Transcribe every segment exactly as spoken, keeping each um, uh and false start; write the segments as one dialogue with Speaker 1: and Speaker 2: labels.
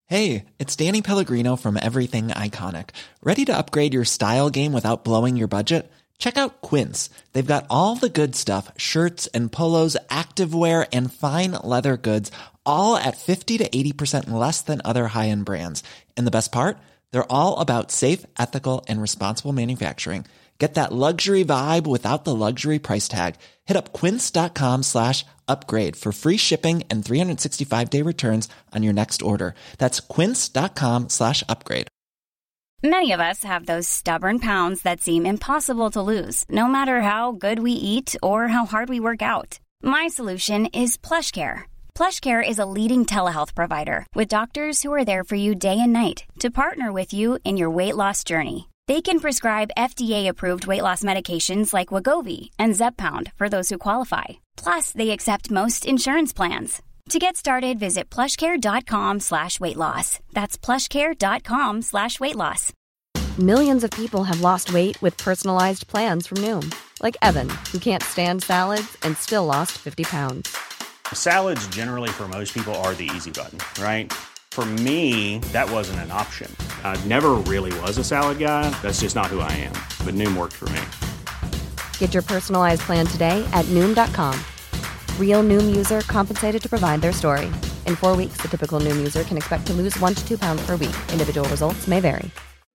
Speaker 1: Hey, it's Danny Pellegrino from Everything Iconic. Ready to upgrade your style game without blowing your budget? Check out Quince. They've got all the good stuff, shirts and polos, activewear, and fine leather goods, all at fifty to eighty percent less than other high-end brands. And the best part? They're all about safe, ethical, and responsible manufacturing. Get that luxury vibe without the luxury price tag. Hit up quince.com slash upgrade for free shipping and three sixty-five day returns on your next order. That's quince.com slash upgrade.
Speaker 2: Many of us have those stubborn pounds that seem impossible to lose, no matter how good we eat or how hard we work out. My solution is PlushCare. PlushCare is a leading telehealth provider with doctors who are there for you day and night to partner with you in your weight loss journey. They can prescribe F D A-approved weight loss medications like Wegovy and Zepbound for those who qualify. Plus, they accept most insurance plans. To get started, visit plushcare.com slash weight loss. That's plushcare.com slash weight loss.
Speaker 3: Millions of people have lost weight with personalized plans from Noom. Like Evan, who can't stand salads and still lost fifty pounds.
Speaker 4: Salads generally for most people are the easy button, right? For me, that wasn't an option. I never really was a salad guy. That's just not who I am. But Noom worked for me.
Speaker 3: Get your personalized plan today at Noom dot com. Real Noom user compensated to provide their story. In four weeks, the typical Noom user can expect to lose one to two pounds per week. Individual results may vary.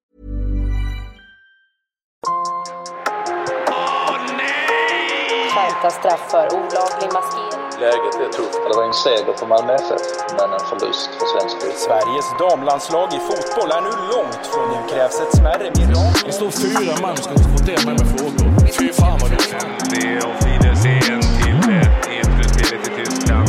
Speaker 5: Åh nej! Skärpta straff för olaglig maskering.
Speaker 6: Läget är tufft. Det var en seger för Malmö F F, men en förlust för svensk fotboll.
Speaker 7: Sveriges damlandslag i fotboll är nu långt från nu krävs ett smärre mirakel.
Speaker 8: Det står fyra man ska inte få det med med frågor. Fy fan vad det är.
Speaker 9: Det är och Fidersen till ett efterspelet i Tyskland.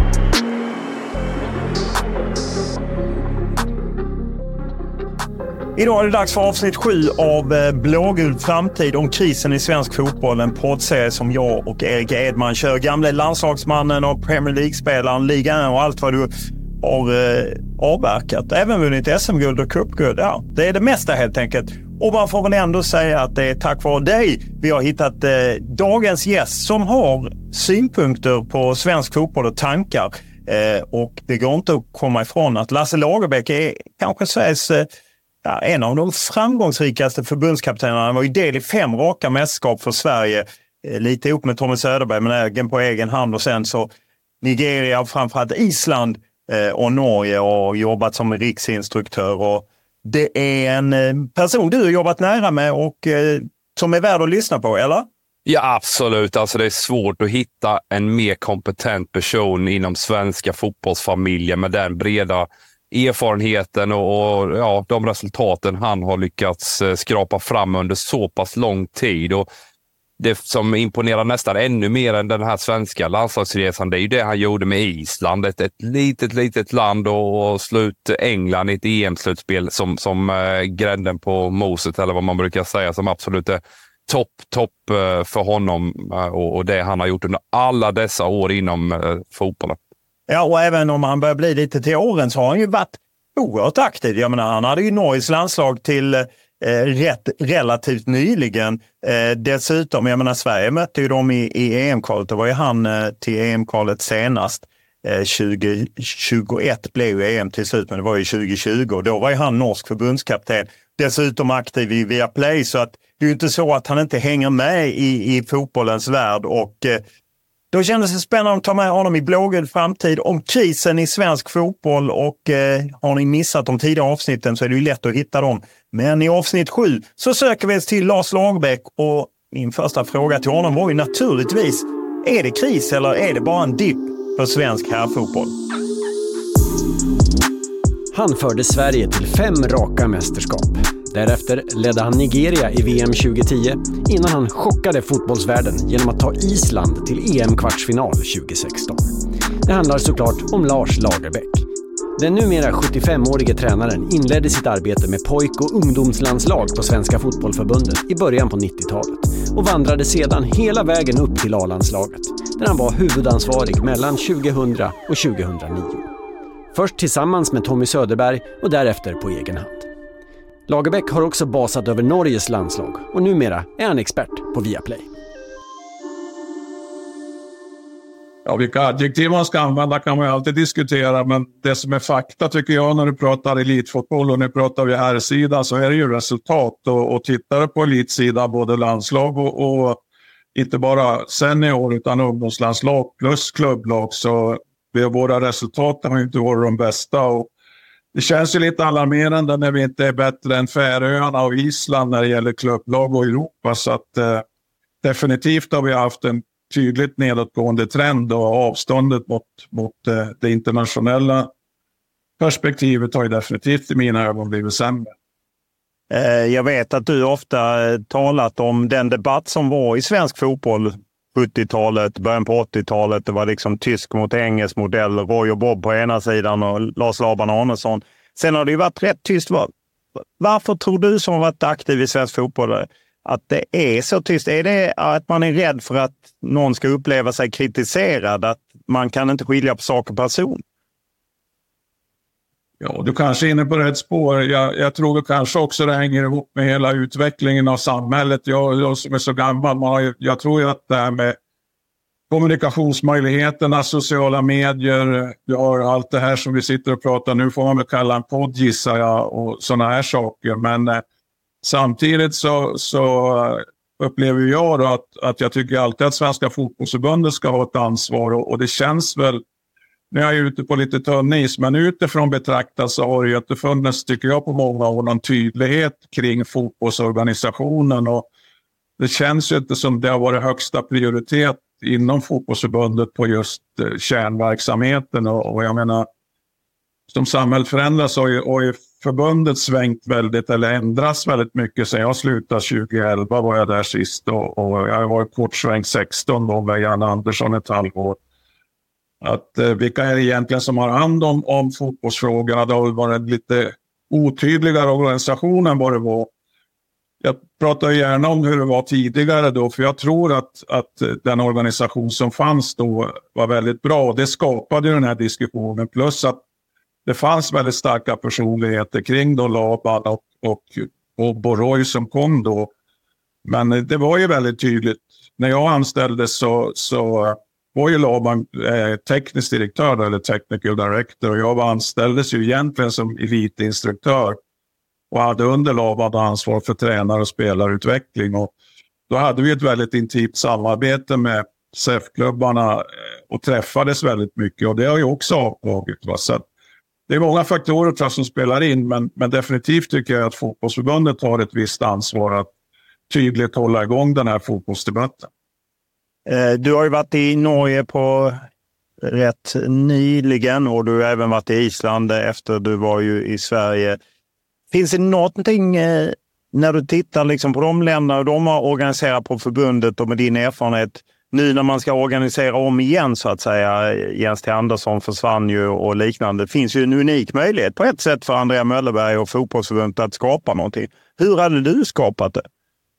Speaker 10: Idag är det dags för avsnitt sju av Blågul framtid om krisen i svensk fotboll. En poddserie som jag och Erik Edman kör. Gamla landslagsmannen och Premier League-spelaren, ligan och allt vad du har eh, avverkat. Även vunnit S M-guld och cupguld. Ja, det är det mesta helt enkelt. Och man får väl ändå säga att det är tack vare dig vi har hittat eh, dagens gäst som har synpunkter på svensk fotboll och tankar. Eh, och det går inte att komma ifrån att Lasse Lagerbäck är kanske Sveriges... Eh, Ja, en av de framgångsrikaste förbundskaptenerna. Han var ju del i fem raka mästerskap för Sverige. Eh, lite ihop med Tommy Söderberg, men ägen på egen hand. Och sen så Nigeria och framförallt Island eh, och Norge och jobbat som riksinstruktör. Och det är en eh, person du har jobbat nära med och eh, som är värd att lyssna på, eller?
Speaker 11: Ja, absolut. Alltså det är svårt att hitta en mer kompetent person inom svenska fotbollsfamiljen med den breda erfarenheten och, och ja, de resultaten han har lyckats eh, skrapa fram under så pass lång tid. Och det som imponerar nästan ännu mer än den här svenska landslagsresan, det är ju det han gjorde med Island. Ett, ett litet, litet land och, och slut England i ett E M-slutspel som, som eh, grädden på moset, eller vad man brukar säga, som absolut är topp, topp eh, för honom eh, och, och det han har gjort under alla dessa år inom eh, fotbollen.
Speaker 10: Ja, och även om han börjar bli lite till åren så har han ju varit oerhört aktiv. Jag menar, han hade ju Norges landslag till eh, rätt relativt nyligen. Eh, dessutom, jag menar, Sverige mötte ju dem i, i E M-kvalet. Det var ju han eh, till E M-kvalet senast. Eh, tjugo tjugoett blev ju E M till slut, men det var ju tjugo tjugo. Och då var ju han norsk förbundskapten. Dessutom aktiv i Viaplay, så att det är ju inte så att han inte hänger med i, i fotbollens värld. Och eh, då kändes det spännande att ta med honom i Blågul framtid om krisen i svensk fotboll. Och eh, har ni missat de tidiga avsnitten så är det ju lätt att hitta dem. Men i avsnitt sju så söker vi oss till Lars Lagerbäck. Och min första fråga till honom var ju naturligtvis: är det kris eller är det bara en dipp för svensk herrfotboll?
Speaker 12: Han förde Sverige till fem raka mästerskap. Därefter ledde han Nigeria i V M tjugo tio innan han chockade fotbollsvärlden genom att ta Island till E M-kvartsfinal tjugo sexton. Det handlar såklart om Lars Lagerbäck. Den numera sjuttiofemårige tränaren inledde sitt arbete med pojk- och ungdomslandslag på Svenska fotbollförbundet i början på nittiotalet och vandrade sedan hela vägen upp till A-landslaget där han var huvudansvarig mellan tjugohundra och tjugohundranio. Först tillsammans med Tommy Söderberg och därefter på egen hand. Lagerbäck har också basat över Norges landslag och numera är han expert på Viaplay.
Speaker 13: Ja, vilka adjektiv man ska använda kan man ju alltid diskutera, men det som är fakta tycker jag när du pratar elitfotboll och när du pratar vi här sida så är det ju resultat. Och, och tittar på elitsidan, både landslag och, och inte bara senior utan ungdomslandslag plus klubblag, så vi, våra resultat har ju inte varit de bästa. Och det känns ju lite alarmerande när vi inte är bättre än Färöarna och Island när det gäller klubblag och Europa, så att eh, definitivt har vi haft en tydligt nedåtgående trend och avståndet mot, mot eh, det internationella perspektivet har ju definitivt i mina ögon blivit sämre.
Speaker 10: Jag vet att du ofta talat om den debatt som var i svensk fotboll sjuttiotalet, början på åttiotalet. Det var liksom tysk mot engelsk modell, Roy och Bob på ena sidan och Lars Laban Arnesson. Sen har det ju varit rätt tyst. Varför tror du som har varit aktiv i svensk fotboll att det är så tyst? Är det att man är rädd för att någon ska uppleva sig kritiserad? Att man kan inte skilja på sak och person?
Speaker 13: Ja, du kanske är inne på rätt spår. Jag, jag tror att kanske också det hänger ihop med hela utvecklingen av samhället. Jag, jag som är så gammal, man har ju, jag tror ju att det här med kommunikationsmöjligheterna, sociala medier, du har allt det här som vi sitter och pratar, nu får man väl kalla en podd gissar jag och sådana här saker. Men eh, samtidigt så, så upplever jag då att, att jag tycker alltid att Svenska fotbollsförbundet ska ha ett ansvar och, och det känns väl, nu är jag ute på lite tunn is, men utifrån betraktat så har det ju inte funnits, tycker jag, på många år någon tydlighet kring fotbollsorganisationen och det känns ju inte som det har varit högsta prioritet inom fotbollsförbundet på just eh, kärnverksamheten och, och jag menar, som samhället förändras har ju, har ju förbundet svängt väldigt eller ändras väldigt mycket sen jag slutade tjugoelva var jag där sist och, och jag har varit kortsvängt sexton då med Jan Andersson ett halvår. Att eh, vilka är det egentligen som har hand om, om fotbollsfrågorna? Det har varit lite otydligare organisation än vad det var. Jag pratar gärna om hur det var tidigare då, för jag tror att, att den organisation som fanns då var väldigt bra och det skapade den här diskussionen. Plus att det fanns väldigt starka personligheter kring då Laban och, och, och Boroj som kom då. Men det var ju väldigt tydligt. När jag anställdes så, så var ju Laban eh, teknisk direktör eller technical director och jag var anställdes ju egentligen som elitinstruktör och hade under Laban ansvar för tränare och spelarutveckling. Och då hade vi ett väldigt intimt samarbete med C F-klubbarna och träffades väldigt mycket och det har ju också avtagit. Va? Så det är många faktorer tror jag, som spelar in men, men definitivt tycker jag att fotbollsförbundet har ett visst ansvar att tydligt hålla igång den här fotbollsdebatten.
Speaker 10: Du har ju varit i Norge på rätt nyligen och du har även varit i Island efter du var ju i Sverige. Finns det någonting eh, när du tittar liksom på de länderna och de har organiserat på förbundet och med din erfarenhet nu när man ska organisera om igen så att säga, Jens T. Andersson försvann ju och liknande. Det finns ju en unik möjlighet på ett sätt för Andrea Möllerberg och fotbollsförbundet att skapa någonting. Hur hade du skapat det?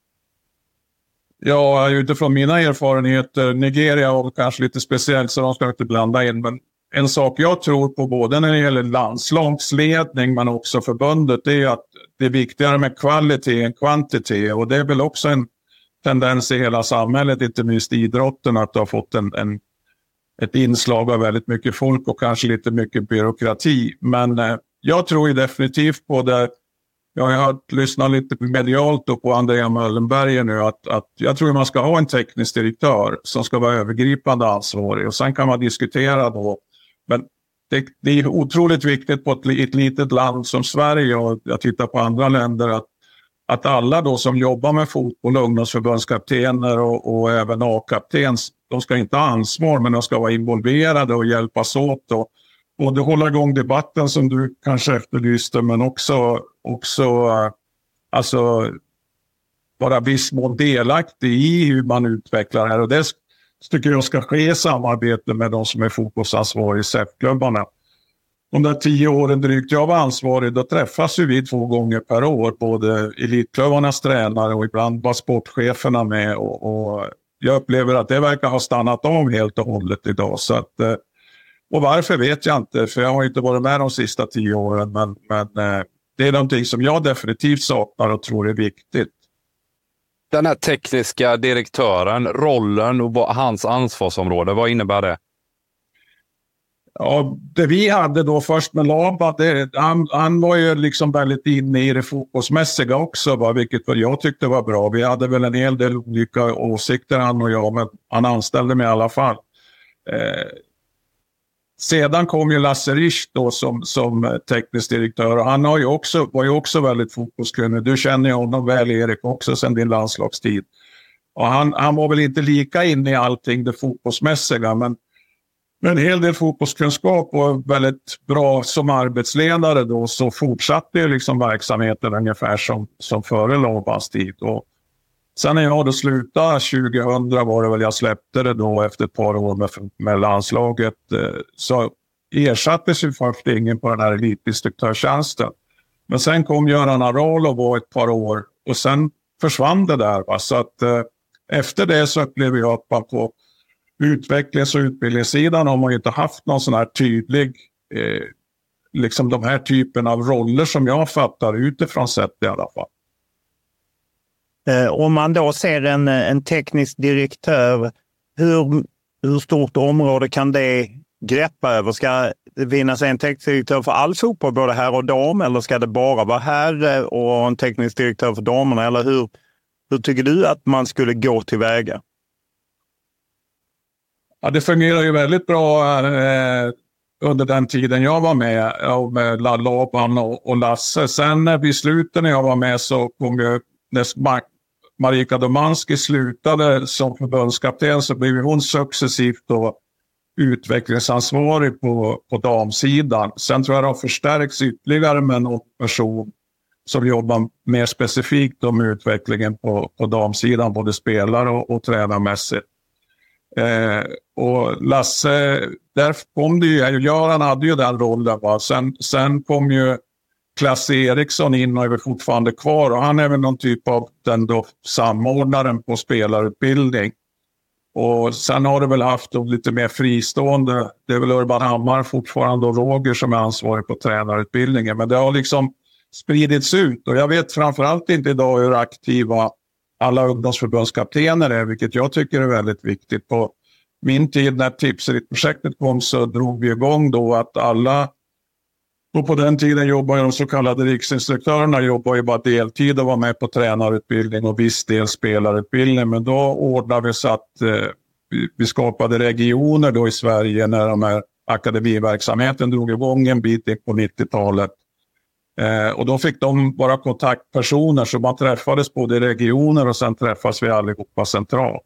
Speaker 13: Ja, utifrån mina erfarenheter, Nigeria var kanske lite speciellt så de ska inte blanda in. Men en sak jag tror på både när det gäller landslagsledning men också förbundet är att det är viktigare med kvalitet än kvantitet. Och det är väl också en tendens i hela samhället, inte minst idrotten, att det har fått en, en, ett inslag av väldigt mycket folk och kanske lite mycket byråkrati. Men eh, jag tror ju definitivt på det. Jag har lyssnat lite medialt på Andrea Möllenberger nu att, att jag tror att man ska ha en teknisk direktör som ska vara övergripande ansvarig och sen kan man diskutera då. Men det, det är otroligt viktigt på ett, ett litet land som Sverige och jag tittar på andra länder att, att alla då som jobbar med fotboll, ungdomsförbundskaptener och, och även A-kapten, de ska inte ha ansvar men de ska vara involverade och hjälpas åt och både hålla igång debatten som du kanske efterlyste men också, också alltså, vara viss mån delaktig i hur man utvecklar det här. Och det tycker jag ska ske i samarbete med de som är fotbollsansvariga i C F-klubbarna. De där tio åren drygt jag var ansvarig, då träffas ju vi två gånger per år, både elitklubbarnas tränare och ibland var sportcheferna med. Och, och jag upplever att det verkar ha stannat av helt och hållet idag. Så att, och varför vet jag inte, för jag har inte varit med de sista tio åren. Men, men det är någonting som jag definitivt saknar och tror är viktigt.
Speaker 11: Den här tekniska direktören, rollen och hans ansvarsområde, vad innebär det?
Speaker 13: Ja, det vi hade då först med Laban, det, han, han var ju liksom väldigt inne i det fotbollsmässiga också, va, vilket jag tyckte var bra. Vi hade väl en hel del olika åsikter han och jag, men han anställde mig i alla fall. Eh, sedan kom ju Lasse Risch då som, som teknisk direktör, och han har ju också, var ju också väldigt fotbollskunnig. Du känner ju honom väl, Erik, också sedan din landslagstid. Och han, han var väl inte lika inne i allting det fotbollsmässiga, men Men en hel del fotbollskunskap och väldigt bra som arbetsledare då, så fortsatte ju liksom verksamheten ungefär som, som före Labans tid. Och sen när jag då slutade tjugohundra var det väl jag släppte det då efter ett par år med, med landslaget, så ersattes ju först ingen på den här elitdistruktörstjänsten. Men sen kom Göran Aral och var ett par år och sen försvann det där. Va? Så att eh, efter det så upplevde jag att på utvecklings- och utbildningssidan har man ju inte haft någon sån här tydlig, eh, liksom de här typen av roller som jag fattar utifrån sett i alla fall.
Speaker 10: Eh, om man då ser en, en teknisk direktör, hur, hur stort område kan det greppa över? Ska det finnas en teknisk direktör för all fotboll, både här och dam, eller ska det bara vara här och en teknisk direktör för damerna? Eller hur, hur tycker du att man skulle gå tillväga?
Speaker 13: Ja, det fungerar ju väldigt bra eh, under den tiden jag var med, och med Laban och, och Lasse. Sen när vi slutade när jag var med så kom ju, när Mar- Marika Domanski slutade som förbundskapten, så blev hon successivt då utvecklingsansvarig på, på damsidan. Sen tror jag det har förstärkts ytterligare med någon person som jobbar mer specifikt om utvecklingen på, på damsidan, både spelare och, och tränarmässigt. Eh, och Lasse, där kom det ju, Göran hade ju den rollen, va? Sen, sen kom ju Klasse Eriksson in och är väl fortfarande kvar, och han är väl någon typ av den då samordnaren på spelarutbildning. Och sen har det väl haft lite mer fristående, det är väl Urban Hammar fortfarande och Roger som är ansvarig på tränarutbildningen, men det har liksom spridits ut, och jag vet framförallt inte idag hur aktiva alla ungdomsförbundskaptener är, vilket jag tycker är väldigt viktigt. På min tid när Tipselit-projektet kom så drog vi igång då att alla, och på den tiden jobbade de så kallade riksinstruktörerna, jobbade ju bara deltid och var med på tränarutbildning och viss del spelarutbildning. Men då ordnade vi så att eh, vi skapade regioner då i Sverige när de här akademiverksamheten drog igång en bit in på nittiotalet. Eh, och då fick de bara kontaktpersoner, så man träffades både i regioner och sen träffas vi allihopa centralt.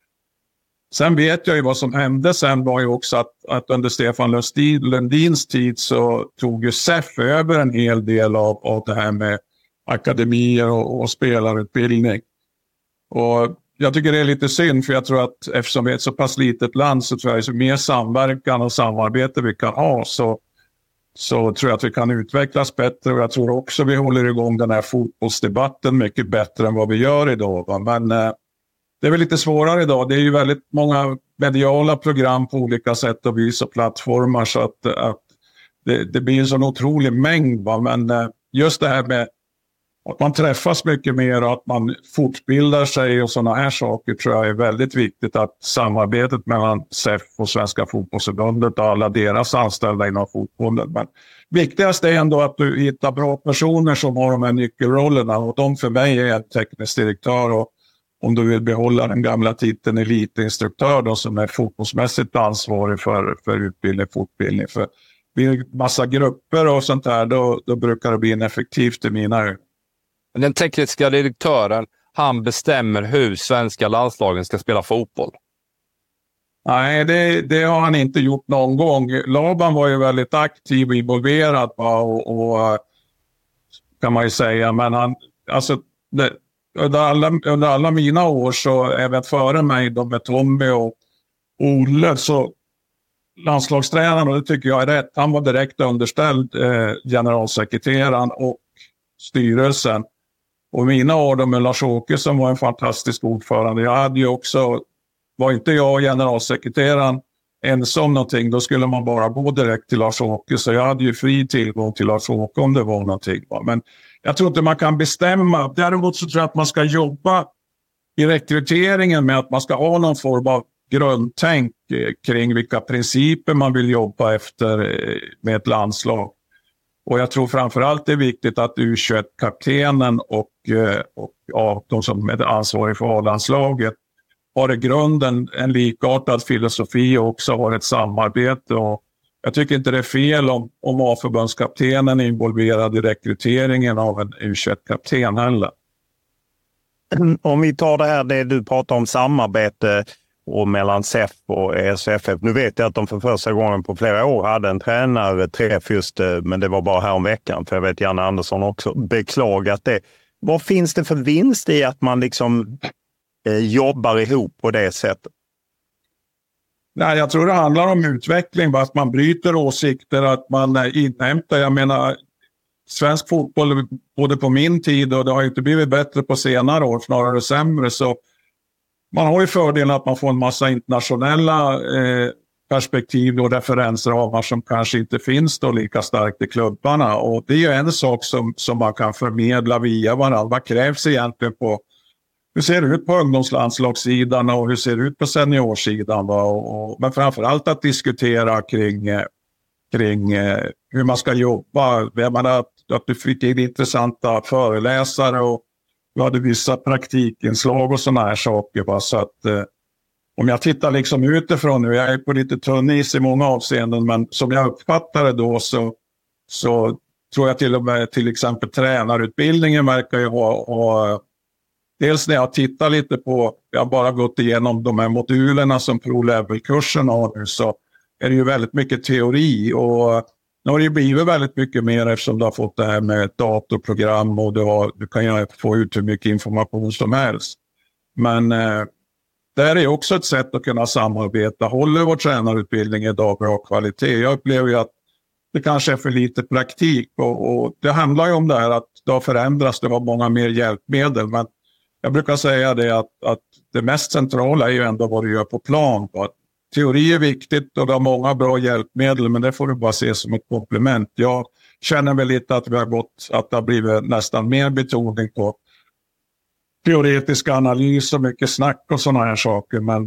Speaker 13: Sen vet jag ju vad som hände sen var ju också att, att under Stefan Lundins tid så tog ju S E F över en hel del av, av det här med akademier och, och spelarutbildning. Och jag tycker det är lite synd, för jag tror att eftersom vi är ett så pass litet land så tror jag att mer samverkan och samarbete vi kan ha, så så tror jag att vi kan utvecklas bättre, och jag tror också vi håller igång den här fotbollsdebatten mycket bättre än vad vi gör idag. Va? Men eh, det är väl lite svårare idag. Det är ju väldigt många mediala program på olika sätt och vis och plattformar, så att, att det, det blir en sån otrolig mängd. Va? Men eh, just det här med att man träffas mycket mer och att man fortbildar sig och sådana här saker tror jag är väldigt viktigt, att samarbetet mellan S E F och Svenska fotbollsförbundet och alla deras anställda inom fotbollen. Men viktigast är ändå att du hittar bra personer som har de här nyckelrollerna, och de för mig är en teknisk direktör, och om du vill behålla den gamla titeln elitinstruktör då, som är fotbollsmässigt ansvarig för, för utbildning och fortbildning. För vid en massa grupper och sånt där, då, då brukar det bli ineffektivt i mina ögon.
Speaker 11: Den tekniska direktören, han bestämmer hur svenska landslagen ska spela fotboll.
Speaker 13: Nej, det, det har han inte gjort någon gång. Laban var ju väldigt aktiv och involverad, och, och kan man ju säga. Men han, alltså, det, under, alla, under alla mina år, så även före mig då med Tommy och Olle, så landslagstränaren, och det tycker jag är rätt, han var direkt underställd eh, generalsekreteraren och styrelsen. Och mina år då med Lars-Åke som var en fantastisk ordförande. Jag hade ju också, var inte jag generalsekreteraren ensam någonting, då skulle man bara gå direkt till Lars-Åke. Så jag hade ju fri tillgång till Lars-Åke om det var någonting. Va? Men jag tror inte man kan bestämma. Däremot så tror jag att man ska jobba i rekryteringen med att man ska ha någon form av grundtänk kring vilka principer man vill jobba efter med ett landslag. Och jag tror framförallt det är viktigt att U tjugoett-kaptenen och, och ja, de som är ansvariga för A-landslaget har i grunden en likartad filosofi och också har ett samarbete. Och jag tycker inte det är fel om, om A-förbundskaptenen är involverad i rekryteringen av en U tjugoett-kapten heller.
Speaker 10: Om vi tar det här, det du pratar om samarbete och mellan S E F och E S F F. Nu vet jag att de för första gången på flera år hade en tränare träff just, men det var bara här om veckan. För jag vet Janne Andersson också beklagat det. Vad finns det för vinst i att man liksom eh, jobbar ihop på det sättet?
Speaker 13: Nej, jag tror det handlar om utveckling, att man bryter åsikter, att man inhämtar. Jag menar, svensk fotboll både på min tid och det har inte blivit bättre på senare år, snarare sämre. Så man har ju fördelen att man får en massa internationella eh, perspektiv och referensramar som kanske inte finns då lika starkt i klubbarna. Och det är ju en sak som, som man kan förmedla via varandra. Vad krävs egentligen på, hur ser det ut på ungdomslandslagssidan och hur ser det ut på seniorsidan? Va? Och, och, men framförallt att diskutera kring, eh, kring eh, hur man ska jobba. Jag menar att, att du fick in intressanta föreläsare och vi hade vissa praktikinslag och såna här saker. Va? Så att eh, om jag tittar liksom utifrån nu, jag är på lite tunn is i många avseenden, men som jag uppfattar det då så, så tror jag till och med till exempel tränarutbildningen verkar ju ha, ha dels när jag tittar lite på, jag har bara gått igenom de här modulerna som Pro-level-kursen har nu, så är det ju väldigt mycket teori och nu har det ju blivit väldigt mycket mer eftersom du har fått det här med ett datorprogram och du, har, du kan ju få ut hur mycket information som helst. Men eh, det här är också ett sätt att kunna samarbeta. Håller vår tränarutbildning idag bra kvalitet? Jag upplever ju att det kanske är för lite praktik och, och det handlar ju om det här att det har förändrats, det var många mer hjälpmedel, men jag brukar säga det att, att det mest centrala är ju ändå vad du gör på plan. Teori är viktigt och det har många bra hjälpmedel, men det får du bara se som ett komplement. Jag känner väl lite att vi har gått, att det har blivit nästan mer betoning på teoretisk analys och mycket snack och sådana här saker. Men,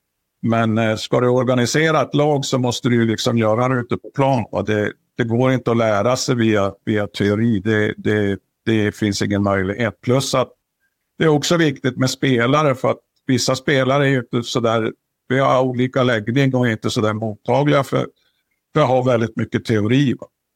Speaker 13: men ska du organisera ett lag så måste du ju liksom göra det ute på plan. Det, det går inte att lära sig via, via teori. Det, det, det finns ingen möjlighet. Plus att det är också viktigt med spelare för att vissa spelare är ju inte så där, vi har olika läggning och är inte så där mottagliga för, för att ha väldigt mycket teori.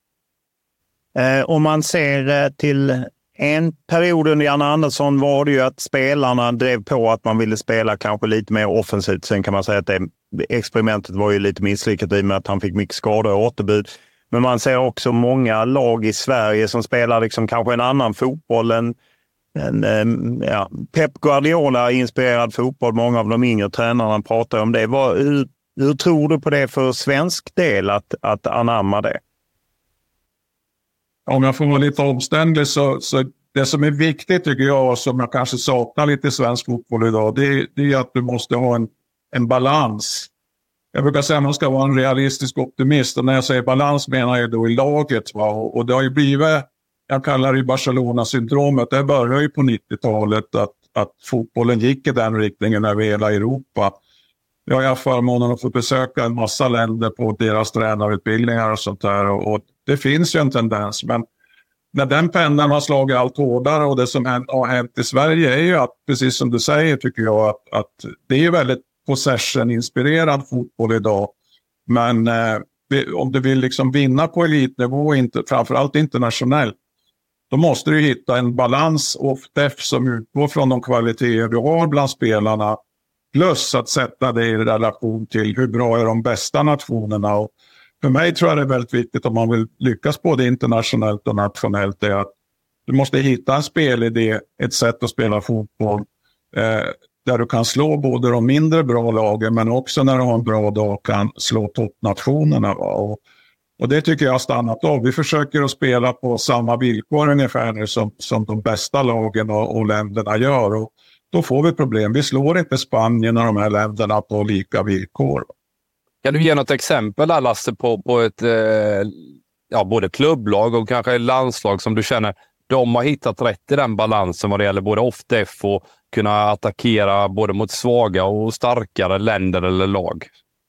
Speaker 10: Eh, om man ser till en period under Janne Andersson var det ju att spelarna drev på att man ville spela kanske lite mer offensivt. Sen kan man säga att det experimentet var ju lite misslyckat i och med att han fick mycket skador och återbud. Men man ser också många lag i Sverige som spelar liksom kanske en annan fotboll än en, ja, Pep Guardiola-inspirerad fotboll. Många av de yngre tränarna pratar om det. Vad, hur, hur tror du på det för svensk del att, att anamma det?
Speaker 13: Om jag får vara lite omständlig så, så det som är viktigt tycker jag och som jag kanske saknar lite i svensk fotboll idag, det, det är att du måste ha en, en balans. Jag brukar säga att man ska vara en realistisk optimist och när jag säger balans menar jag då i laget. Va? Och, och det har ju blivit, jag kallar det Barcelona-syndromet, det började ju på nittiotalet att, att fotbollen gick i den riktningen över hela Europa. Jag har haft förmånen att få besöka en massa länder på deras tränarutbildningar och sånt där och, och det finns ju en tendens, men när den pennan har slagit allt hårdare och det som har hänt i Sverige är ju att, precis som du säger tycker jag, att, att det är ju väldigt possession-inspirerad fotboll idag. Men eh, om du vill liksom vinna på elitnivå, inte, framförallt internationellt, då måste du hitta en balans och def som utgår från de kvaliteter du har bland spelarna, plus att sätta det i relation till hur bra är de bästa nationerna. Och för mig tror jag det är väldigt viktigt om man vill lyckas både internationellt och nationellt är att du måste hitta en spelidé, ett sätt att spela fotboll eh, där du kan slå både de mindre bra lagen men också när du har en bra dag kan slå toppnationerna. Och, och det tycker jag har stannat av. Vi försöker att spela på samma villkor ungefär nu som, som de bästa lagen och, och länderna gör. Och då får vi problem. Vi slår inte Spanien och de här länderna på lika villkor.
Speaker 11: Kan du ge något exempel där, Lasse, på, på ett eh, ja, både klubblag och kanske landslag som du känner de har hittat rätt i den balansen vad det gäller både off-def och kunna attackera både mot svaga och starkare länder eller lag.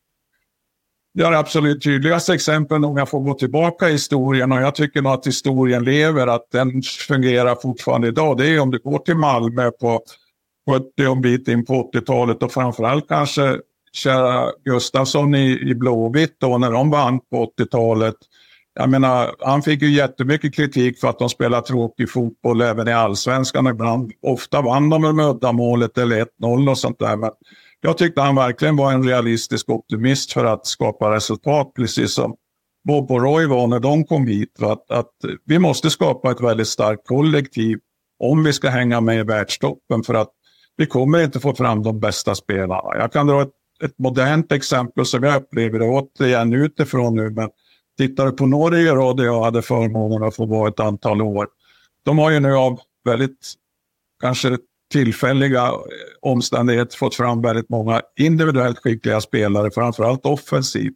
Speaker 13: Det är absolut tydligaste exempel om jag får gå tillbaka i historien, och jag tycker nog att historien lever, att den fungerar fortfarande idag. Det är om du går till Malmö på sjuttio och bit in på åttiotalet, och framförallt kanske kära Gustafsson i, i Blåvitt då, när de vann på åttiotalet. Jag menar, han fick ju jättemycket kritik för att de spelar tråkig fotboll även i allsvenskan ibland. Ofta vann de med uddamålet eller ett noll och sånt där, men jag tyckte han verkligen var en realistisk optimist för att skapa resultat, precis som Bob och Roy var när de kom hit. Att, att vi måste skapa ett väldigt starkt kollektiv om vi ska hänga med i världstoppen, för att vi kommer inte få fram de bästa spelarna. Jag kan dra ett, ett modernt exempel som jag upplever det återigen utifrån nu, men tittar du på Norge då, där jag hade förmånen att få vara ett antal år. De har ju nu av väldigt kanske tillfälliga omständigheter fått fram väldigt många individuellt skickliga spelare, framförallt offensivt.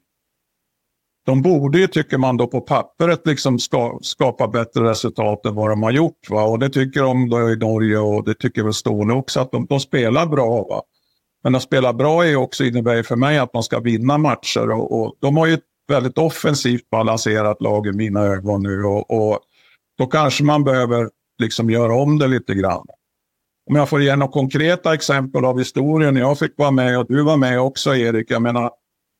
Speaker 13: De borde ju, tycker man då på pappret, liksom ska, skapa bättre resultat än vad de har gjort. Va? Och det tycker de då i Norge, och det tycker väl Ståle också, att de, de spelar bra. Va? Men att spela bra är också, innebär för mig att man ska vinna matcher. Och, och de har ju ett väldigt offensivt balanserat lag i mina ögon nu. Och, och då kanske man behöver liksom göra om det lite grann. Om jag får ge några konkreta exempel av historien. Jag fick vara med, och du var med också, Erik. Jag menar,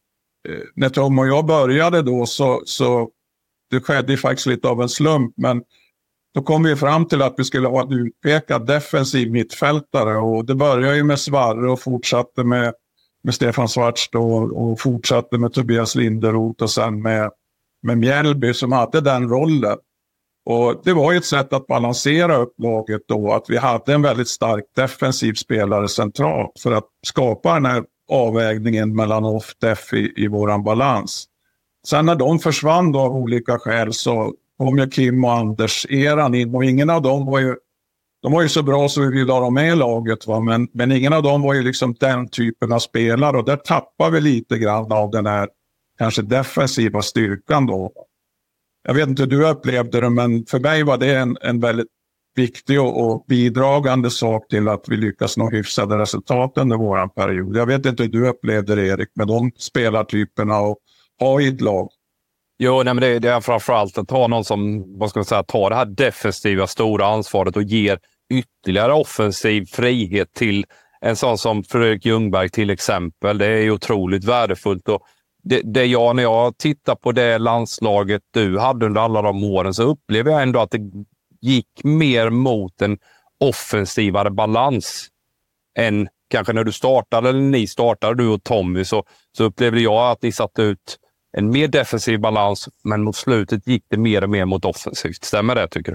Speaker 13: när Tom och jag började då, så, så det skedde faktiskt lite av en slump. Men då kom vi fram till att vi skulle ha en utpekad defensiv mittfältare. Och det började ju med Svarre och fortsatte med, med Stefan Svarts då, och fortsatte med Tobias Linderoth och sen med, med Mjällby som hade den rollen. Och det var ju ett sätt att balansera upp laget då, att vi hade en väldigt stark defensiv spelare centralt för att skapa den här avvägningen mellan off-def i, i våran balans. Sen när de försvann då av olika skäl, så kom ju Kim och Anders eran in, och ingen av dem var ju, de var ju så bra så vi ville ha dem med i laget, va? Men, men ingen av dem var ju liksom den typen av spelare, och där tappar vi lite grann av den här kanske defensiva styrkan då. Jag vet inte hur du upplevde det, men för mig var det en, en väldigt viktig och, och bidragande sak till att vi lyckas nå hyfsade resultat under våran period. Jag vet inte hur du upplevde det, Erik, med de spelartyperna och ha i ett lag.
Speaker 11: Jo, nej, men det, det är framförallt att ha någon som, vad ska man säga, tar det här defensiva stora ansvaret och ger ytterligare offensiv frihet till en sån som Fredrik Ljungberg till exempel. Det är ju otroligt värdefullt, och Det, det jag, när jag tittar på det landslaget du hade under alla de åren, så upplever jag ändå att det gick mer mot en offensivare balans än kanske när du startade, eller ni startade, du och Tommy, så, så upplevde jag att ni satte ut en mer defensiv balans, men mot slutet gick det mer och mer mot offensivt. Stämmer det, tycker du?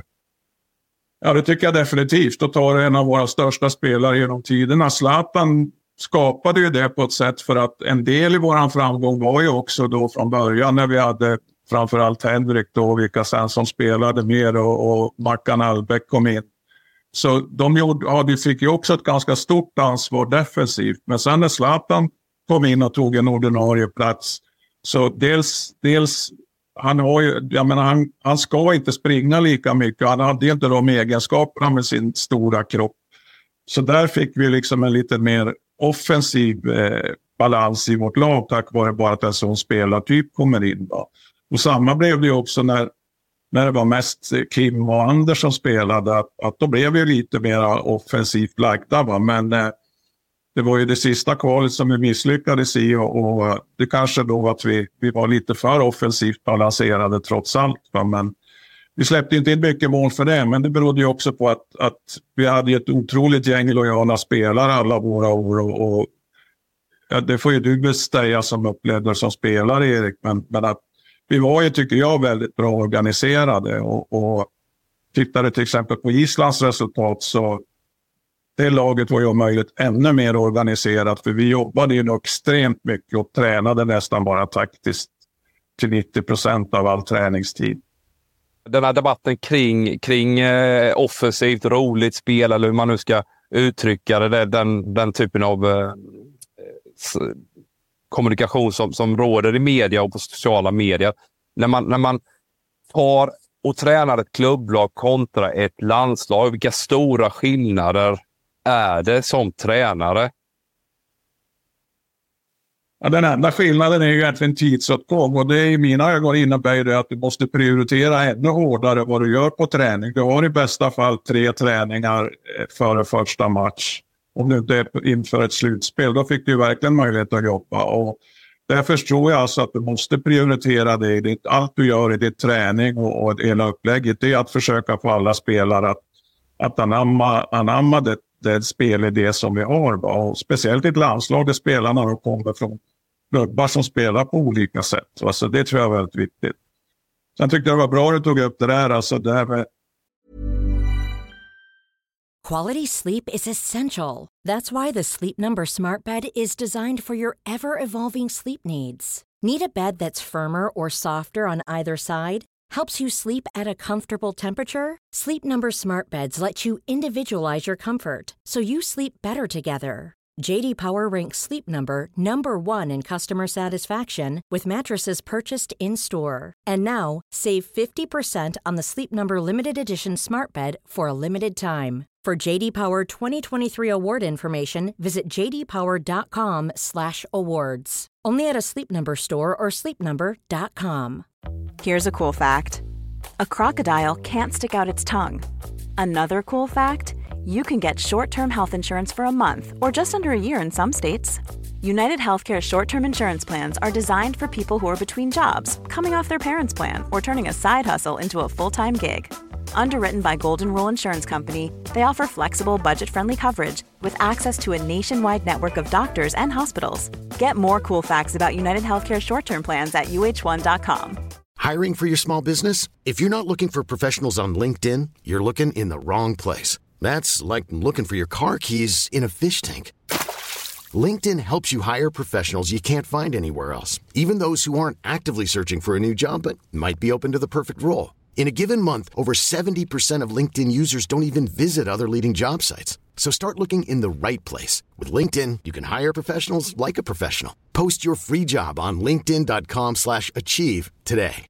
Speaker 13: Ja, det tycker jag definitivt. Då tar en av våra största spelare genom tiderna, Zlatan, skapade ju det på ett sätt, för att en del i våran framgång var ju också då från början när vi hade framförallt Henrik då, vilka sen som spelade mer, och, och Mackan Albeck kom in. Så de gjorde, ja, de fick ju också ett ganska stort ansvar defensivt. Men sen när Zlatan kom in och tog en ordinarie plats, så dels, dels han har ju, jag menar, han, han ska inte springa lika mycket. Han hade inte de egenskaperna med sin stora kropp. Så där fick vi liksom en lite mer offensiv eh, balans i vårt lag, tack vare bara att en sån spelartyp kommer in. Va? Och samma blev det också när, när det var mest Kim och Anders som spelade, att, att då blev vi lite mer offensivt lagda. Va? Men eh, det var ju det sista kvalet som vi misslyckades i, och, och det kanske då att vi, vi var lite för offensivt balanserade trots allt. Va? Men vi släppte inte in mycket mål för det, men det berodde ju också på att, att vi hade ett otroligt gäng lojala spelare alla våra år. Och, och ja, det får ju du bestämma som upplevde som spelare, Erik. Men, men att vi var ju, tycker jag, väldigt bra organiserade. Och, och tittade till exempel på Islands resultat, så det laget var ju om möjligt ännu mer organiserat. För vi jobbade ju extremt mycket och tränade nästan bara taktiskt till nittio procent av all träningstid.
Speaker 11: Den här debatten kring, kring eh, offensivt, roligt spel, eller hur man nu ska uttrycka det, den, den typen av eh, s- kommunikation som, som råder i media och på sociala medier. När man, när man tar och tränar ett klubblag kontra ett landslag. Vilka stora skillnader är det som tränare?
Speaker 13: Ja, den enda skillnaden är ju egentligen tidsåtgång, och det är i mina ögon innebär det att du måste prioritera ännu hårdare vad du gör på träning. Du har i bästa fall tre träningar före första match. Om du inte är inför ett slutspel, då fick du verkligen möjlighet att jobba. Och därför tror jag alltså att du måste prioritera det i ditt, allt du gör i ditt träning och, och hela upplägget. Det är att försöka få alla spelare att, att anamma, anamma det, det spelidé som vi har. Och speciellt i ett landslag där spelarna då kommer från klubbar som spelar på olika sätt. Alltså det tror jag är väldigt viktigt. Sen tyckte jag det var bra att du tog upp det där. Alltså det här med...
Speaker 14: Quality sleep is essential. That's why the Sleep Number Smart Bed is designed for your ever-evolving sleep needs. Need a bed that's firmer or softer on either side? Helps you sleep at a comfortable temperature? Sleep Number Smart Beds let you individualize your comfort, so you sleep better together. J D Power ranks Sleep Number number one in customer satisfaction with mattresses purchased in-store. And now, save fifty percent on the Sleep Number Limited Edition Smart Bed for a limited time. For J D Power twenty twenty-three award information, visit j d power dot com slash awards. Only at a Sleep Number store or sleep number dot com.
Speaker 15: Here's a cool fact. A crocodile can't stick out its tongue. Another cool fact, you can get short-term health insurance for a month or just under a year in some states. United Healthcare short-term insurance plans are designed for people who are between jobs, coming off their parents' plan, or turning a side hustle into a full-time gig. Underwritten by Golden Rule Insurance Company, they offer flexible, budget-friendly coverage with access to a nationwide network of doctors and hospitals. Get more cool facts about United Healthcare short-term plans at u h one dot com.
Speaker 16: Hiring for your small business? If you're not looking for professionals on LinkedIn, you're looking in the wrong place. That's like looking for your car keys in a fish tank. LinkedIn helps you hire professionals you can't find anywhere else, even those who aren't actively searching for a new job but might be open to the perfect role. In a given month, over seventy percent of LinkedIn users don't even visit other leading job sites. So start looking in the right place. With LinkedIn, you can hire professionals like a professional. Post your free job on linkedin dot com slash achieve today.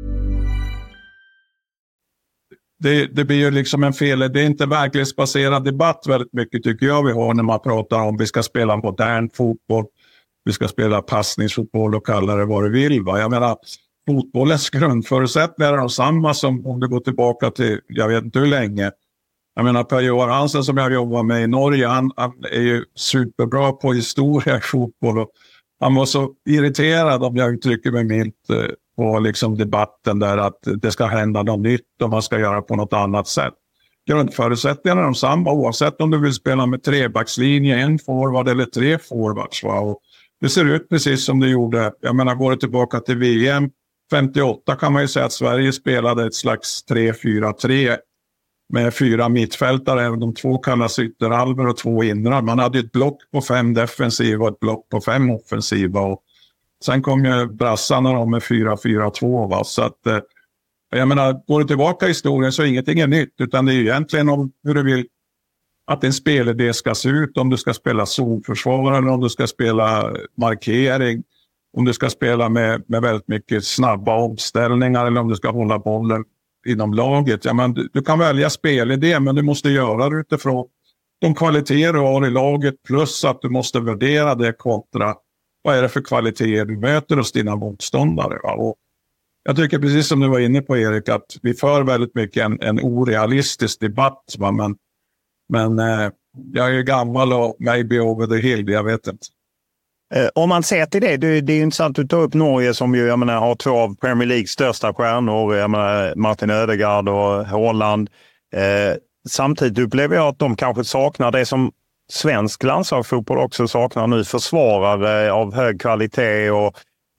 Speaker 13: Det, det blir ju liksom en fel. Det är inte verklighetsbaserad debatt väldigt mycket tycker jag vi har när man pratar om vi ska spela modern fotboll, vi ska spela passningsfotboll och kalla det vad du vill. Va? Jag menar, fotbollens grundförutsättningar är de samma som om du går tillbaka till, jag vet inte hur länge. Jag menar, Per-Johan Hansen som jag jobbar med i Norge, han, han är ju superbra på historia i fotboll. Och han var så irriterad, om jag uttrycker mig milt, på liksom debatten där att det ska hända något nytt och man ska göra på något annat sätt. Grundförutsättningarna är de samma oavsett om du vill spela med trebackslinje, en forward eller tre forwards. Va? Och det ser ut precis som det gjorde, jag menar går det tillbaka till V M femtioåtta kan man ju säga att Sverige spelade ett slags tre fyra tre med fyra mittfältare, de två kallas ytterhalvor och två inrar. Man hade ett block på fem defensiva och ett block på fem offensiva och sen kom ju brassarna då med fyra fyra två. Va? Så att, eh, jag menar, går du tillbaka i historien så är ingenting är nytt. Utan det är ju egentligen om hur du vill att en spelidé ska se ut. Om du ska spela zonförsvar eller om du ska spela markering. Om du ska spela med, med väldigt mycket snabba omställningar eller om du ska hålla bollen inom laget. Ja, men du, du kan välja spelidé men du måste göra det utifrån de kvaliteter du har i laget. Plus att du måste värdera det kontra vad är det för kvaliteter du möter hos dina motståndare. Va? Och jag tycker precis som du var inne på Erik att vi för väldigt mycket en, en orealistisk debatt. Va? Men, men eh, jag är ju gammal och maybe over the hill, jag vet inte.
Speaker 10: Eh, om man ser till det, det, det är intressant att ta upp Norge som ju jag menar, har två av Premier Leagues största stjärnor. Jag menar, Martin Ödegaard och Haaland. Eh, samtidigt upplever jag att de kanske saknar det som svensk landslagsfotboll också saknar nu, försvarare av hög kvalitet och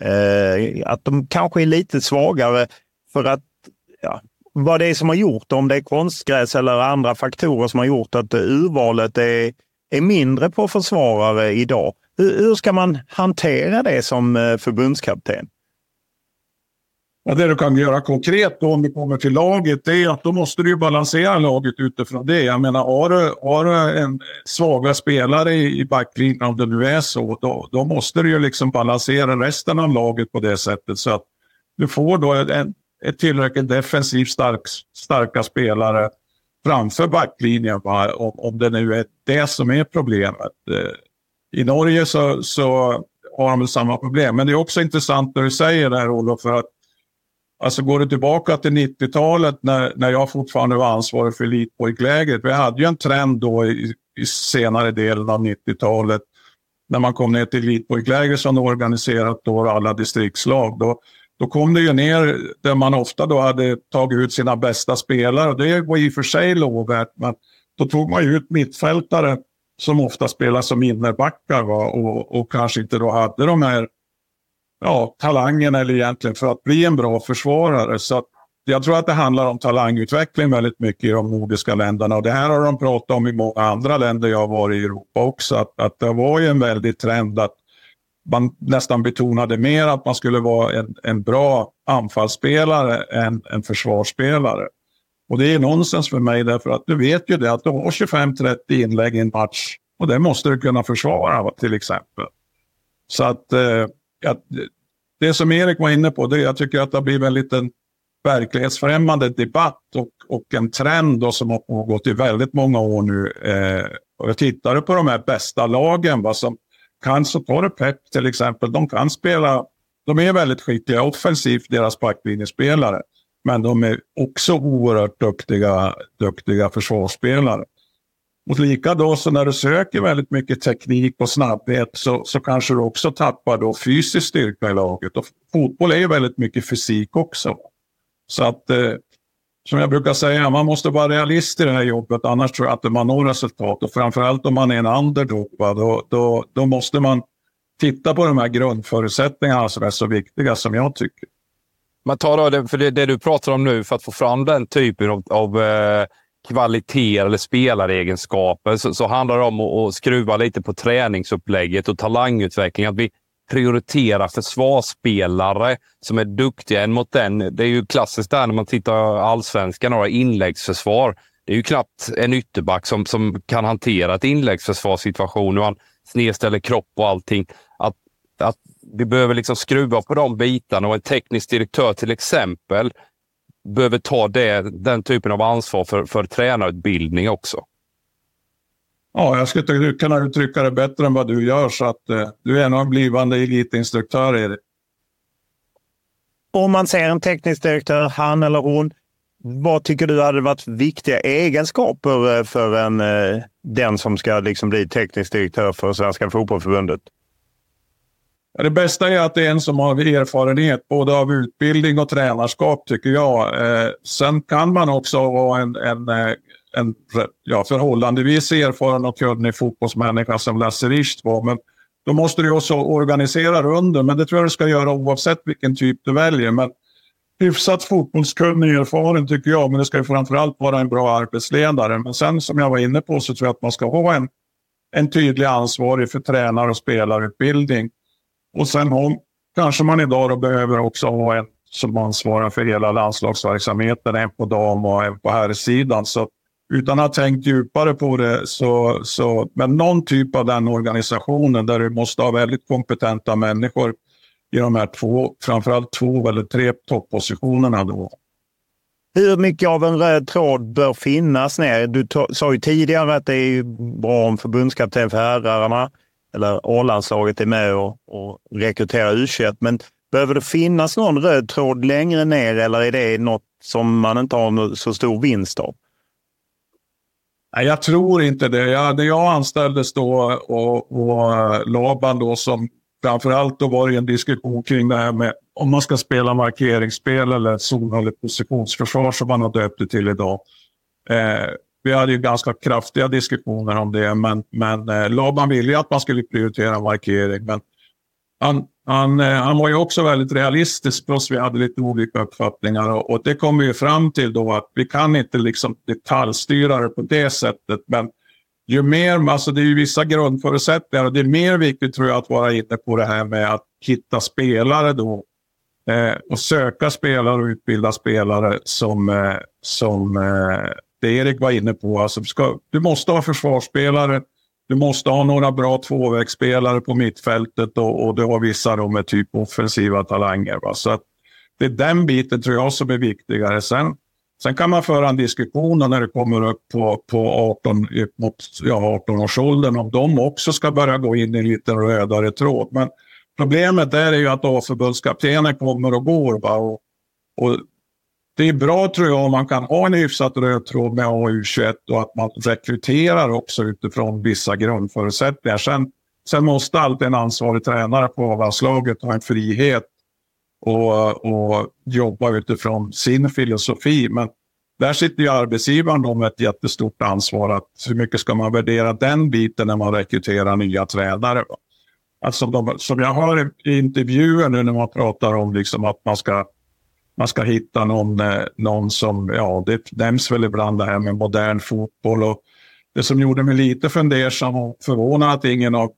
Speaker 10: eh, att de kanske är lite svagare för att ja, vad det är som har gjort, om det är konstgräs eller andra faktorer som har gjort att urvalet är, är mindre på försvarare idag. Hur, hur ska man hantera det som förbundskapten?
Speaker 13: Ja, det du kan göra konkret då, om du kommer till laget, det är att då måste du ju balansera laget utifrån det. Jag menar, har du, har du en svaga spelare i, i backlinjen, om det nu är så, då, då måste du ju liksom balansera resten av laget på det sättet så att du får då en, ett tillräckligt defensivt stark, starka spelare framför backlinjen, va? Om, om det nu är det som är problemet. I Norge så, så har de väl samma problem. Men det är också intressant när du säger det här, Olof, för att alltså går det tillbaka till nittiotalet när, när jag fortfarande var ansvarig för elitpojklägret. Vi hade ju en trend då i, i senare delen av nittiotalet när man kom ner till elitpojkläger som organiserat då alla distriktslag. Då, då kom det ju ner där man ofta då hade tagit ut sina bästa spelare. Och det var i och för sig lovvärt, men då tog man ju ut mittfältare som ofta spelar som innerbackar, va? Och, och kanske inte då hade de här ja, talangen eller egentligen för att bli en bra försvarare. Så att jag tror att det handlar om talangutveckling väldigt mycket i de nordiska länderna. Och det här har de pratat om i många andra länder jag har varit i Europa också. Att, att det var ju en väldigt trend att man nästan betonade mer att man skulle vara en, en bra anfallsspelare än en försvarsspelare. Och det är nonsens för mig därför att du vet ju det att du har tjugofem trettio inlägg i en match. Och det måste du kunna försvara till exempel. Så att eh, att det som Erik var inne på, det jag tycker att det blir en liten verklighetsfrämmande debatt och, och en trend då som har pågått i väldigt många år nu. Eh, och jag tittade på de här bästa lagen, vad som kan, så tar det Pep till exempel, de kan spela, de är väldigt skickliga offensivt, deras backlinjespelare, men de är också oerhört duktiga, duktiga försvarsspelare. Och lika då så när du söker väldigt mycket teknik och snabbhet så, så kanske du också tappar då fysisk styrka i laget. Och fotboll är ju väldigt mycket fysik också. Så att, eh, som jag brukar säga, man måste vara realist i det här jobbet, annars tror jag att man når resultat. Och framförallt om man är en underdog, va, då, då, då måste man titta på de här grundförutsättningarna som är så viktiga som jag tycker.
Speaker 11: Man tar då det, för det, det du pratar om nu, för att få fram den typen av, av eh... kvaliteter eller spelaregenskaper så, så handlar det om att, att skruva lite på träningsupplägget och talangutveckling. Att vi prioriterar försvarsspelare som är duktiga än mot den. Det är ju klassiskt där när man tittar allsvenskan, några inläggsförsvar. Det är ju knappt en ytterback som, som kan hantera ett inläggsförsvarssituation och han snedställer kropp och allting. Att, att vi behöver liksom skruva på de bitarna och en teknisk direktör till exempel behöver ta det, den typen av ansvar för, för tränarutbildning också.
Speaker 13: Ja, jag skulle kunna uttrycka det bättre än vad du gör, så att eh, du är nog en blivande elitinstruktör i det.
Speaker 10: Om man ser en teknisk direktör, han eller hon, vad tycker du hade varit viktiga egenskaper för en, eh, den som ska liksom bli teknisk direktör för Svenska Fotbollförbundet?
Speaker 13: Ja, det bästa är att det är en som har erfarenhet både av utbildning och tränarskap, tycker jag. Eh, sen kan man också vara en, en, en ja, förhållandevis erfaren och kunnig fotbollsmänniska som Lasse Richt var. Men då måste du också organisera under. Men det tror jag du ska göra oavsett vilken typ du väljer. Men hyfsat fotbollskunnig erfaren tycker jag. Men det ska ju framförallt vara en bra arbetsledare. Men sen som jag var inne på så tror jag att man ska ha en, en tydlig ansvarig för tränar- och spelarutbildning. Och sen har, kanske man idag då behöver också ha en som ansvarar för hela landslagsverksamheten, en på dam och en på herrsidan. Så utan att ha tänkt djupare på det, så, så, men någon typ av den organisationen där du måste ha väldigt kompetenta människor i de här två, framförallt två eller tre toppositionerna då.
Speaker 10: Hur mycket av en röd tråd bör finnas ner? Du to- sa ju tidigare att det är bra om förbundskapten för herrarna eller A-landslaget är med och, och rekryterar U tjugoett. Men behöver det finnas någon röd tråd längre ner eller är det något som man inte har så stor vinst av?
Speaker 13: Nej, jag tror inte det. Jag, när jag anställdes då och, och Laban då som framförallt då var det en diskussion kring det här med om man ska spela markeringsspel eller zon- eller positionsförsvar som man har döpt det till idag. Eh, Vi hade ju ganska kraftiga diskussioner om det, men, men eh, Laban ville ju att man skulle prioritera markering. Men han, han, eh, han var ju också väldigt realistisk, plus vi hade lite olika uppfattningar. Och, och det kom vi ju fram till då att vi kan inte liksom detaljstyra det på det sättet. Men ju mer, alltså det är ju vissa grundförutsättningar och det är mer viktigt tror jag att vara inne på det här med att hitta spelare då. Eh, och söka spelare och utbilda spelare som... Eh, som eh, det Erik var inne på, alltså ska, du måste ha försvarsspelare, du måste ha några bra tvåvägsspelare på mittfältet och, och du har vissa då med typ offensiva talanger. Va? Så att det är den biten tror jag som är viktigare. Sen, sen kan man föra en diskussion när det kommer upp på, på arton, mot, ja, arton-årsåldern om de också ska börja gå in i en liten rödare tråd. Men problemet är ju att A-förbundskaptenen kommer och går. Va? Och, och det är bra tror jag om man kan ha en hyfsat röd tråd med A U tjugoett och att man rekryterar också utifrån vissa grundförutsättningar. Sen, sen måste alltid en ansvarig tränare på A-landslaget ha en frihet och, och jobba utifrån sin filosofi. Men där sitter ju arbetsgivaren då med ett jättestort ansvar. Att hur mycket ska man värdera den biten när man rekryterar nya tränare? Va? Alltså de, som jag har i intervjuer nu när man pratar om liksom att man ska Man ska hitta någon, någon som, ja det nämns väl ibland det här med modern fotboll. Och det som gjorde mig lite fundersam och förvånad att ingen av,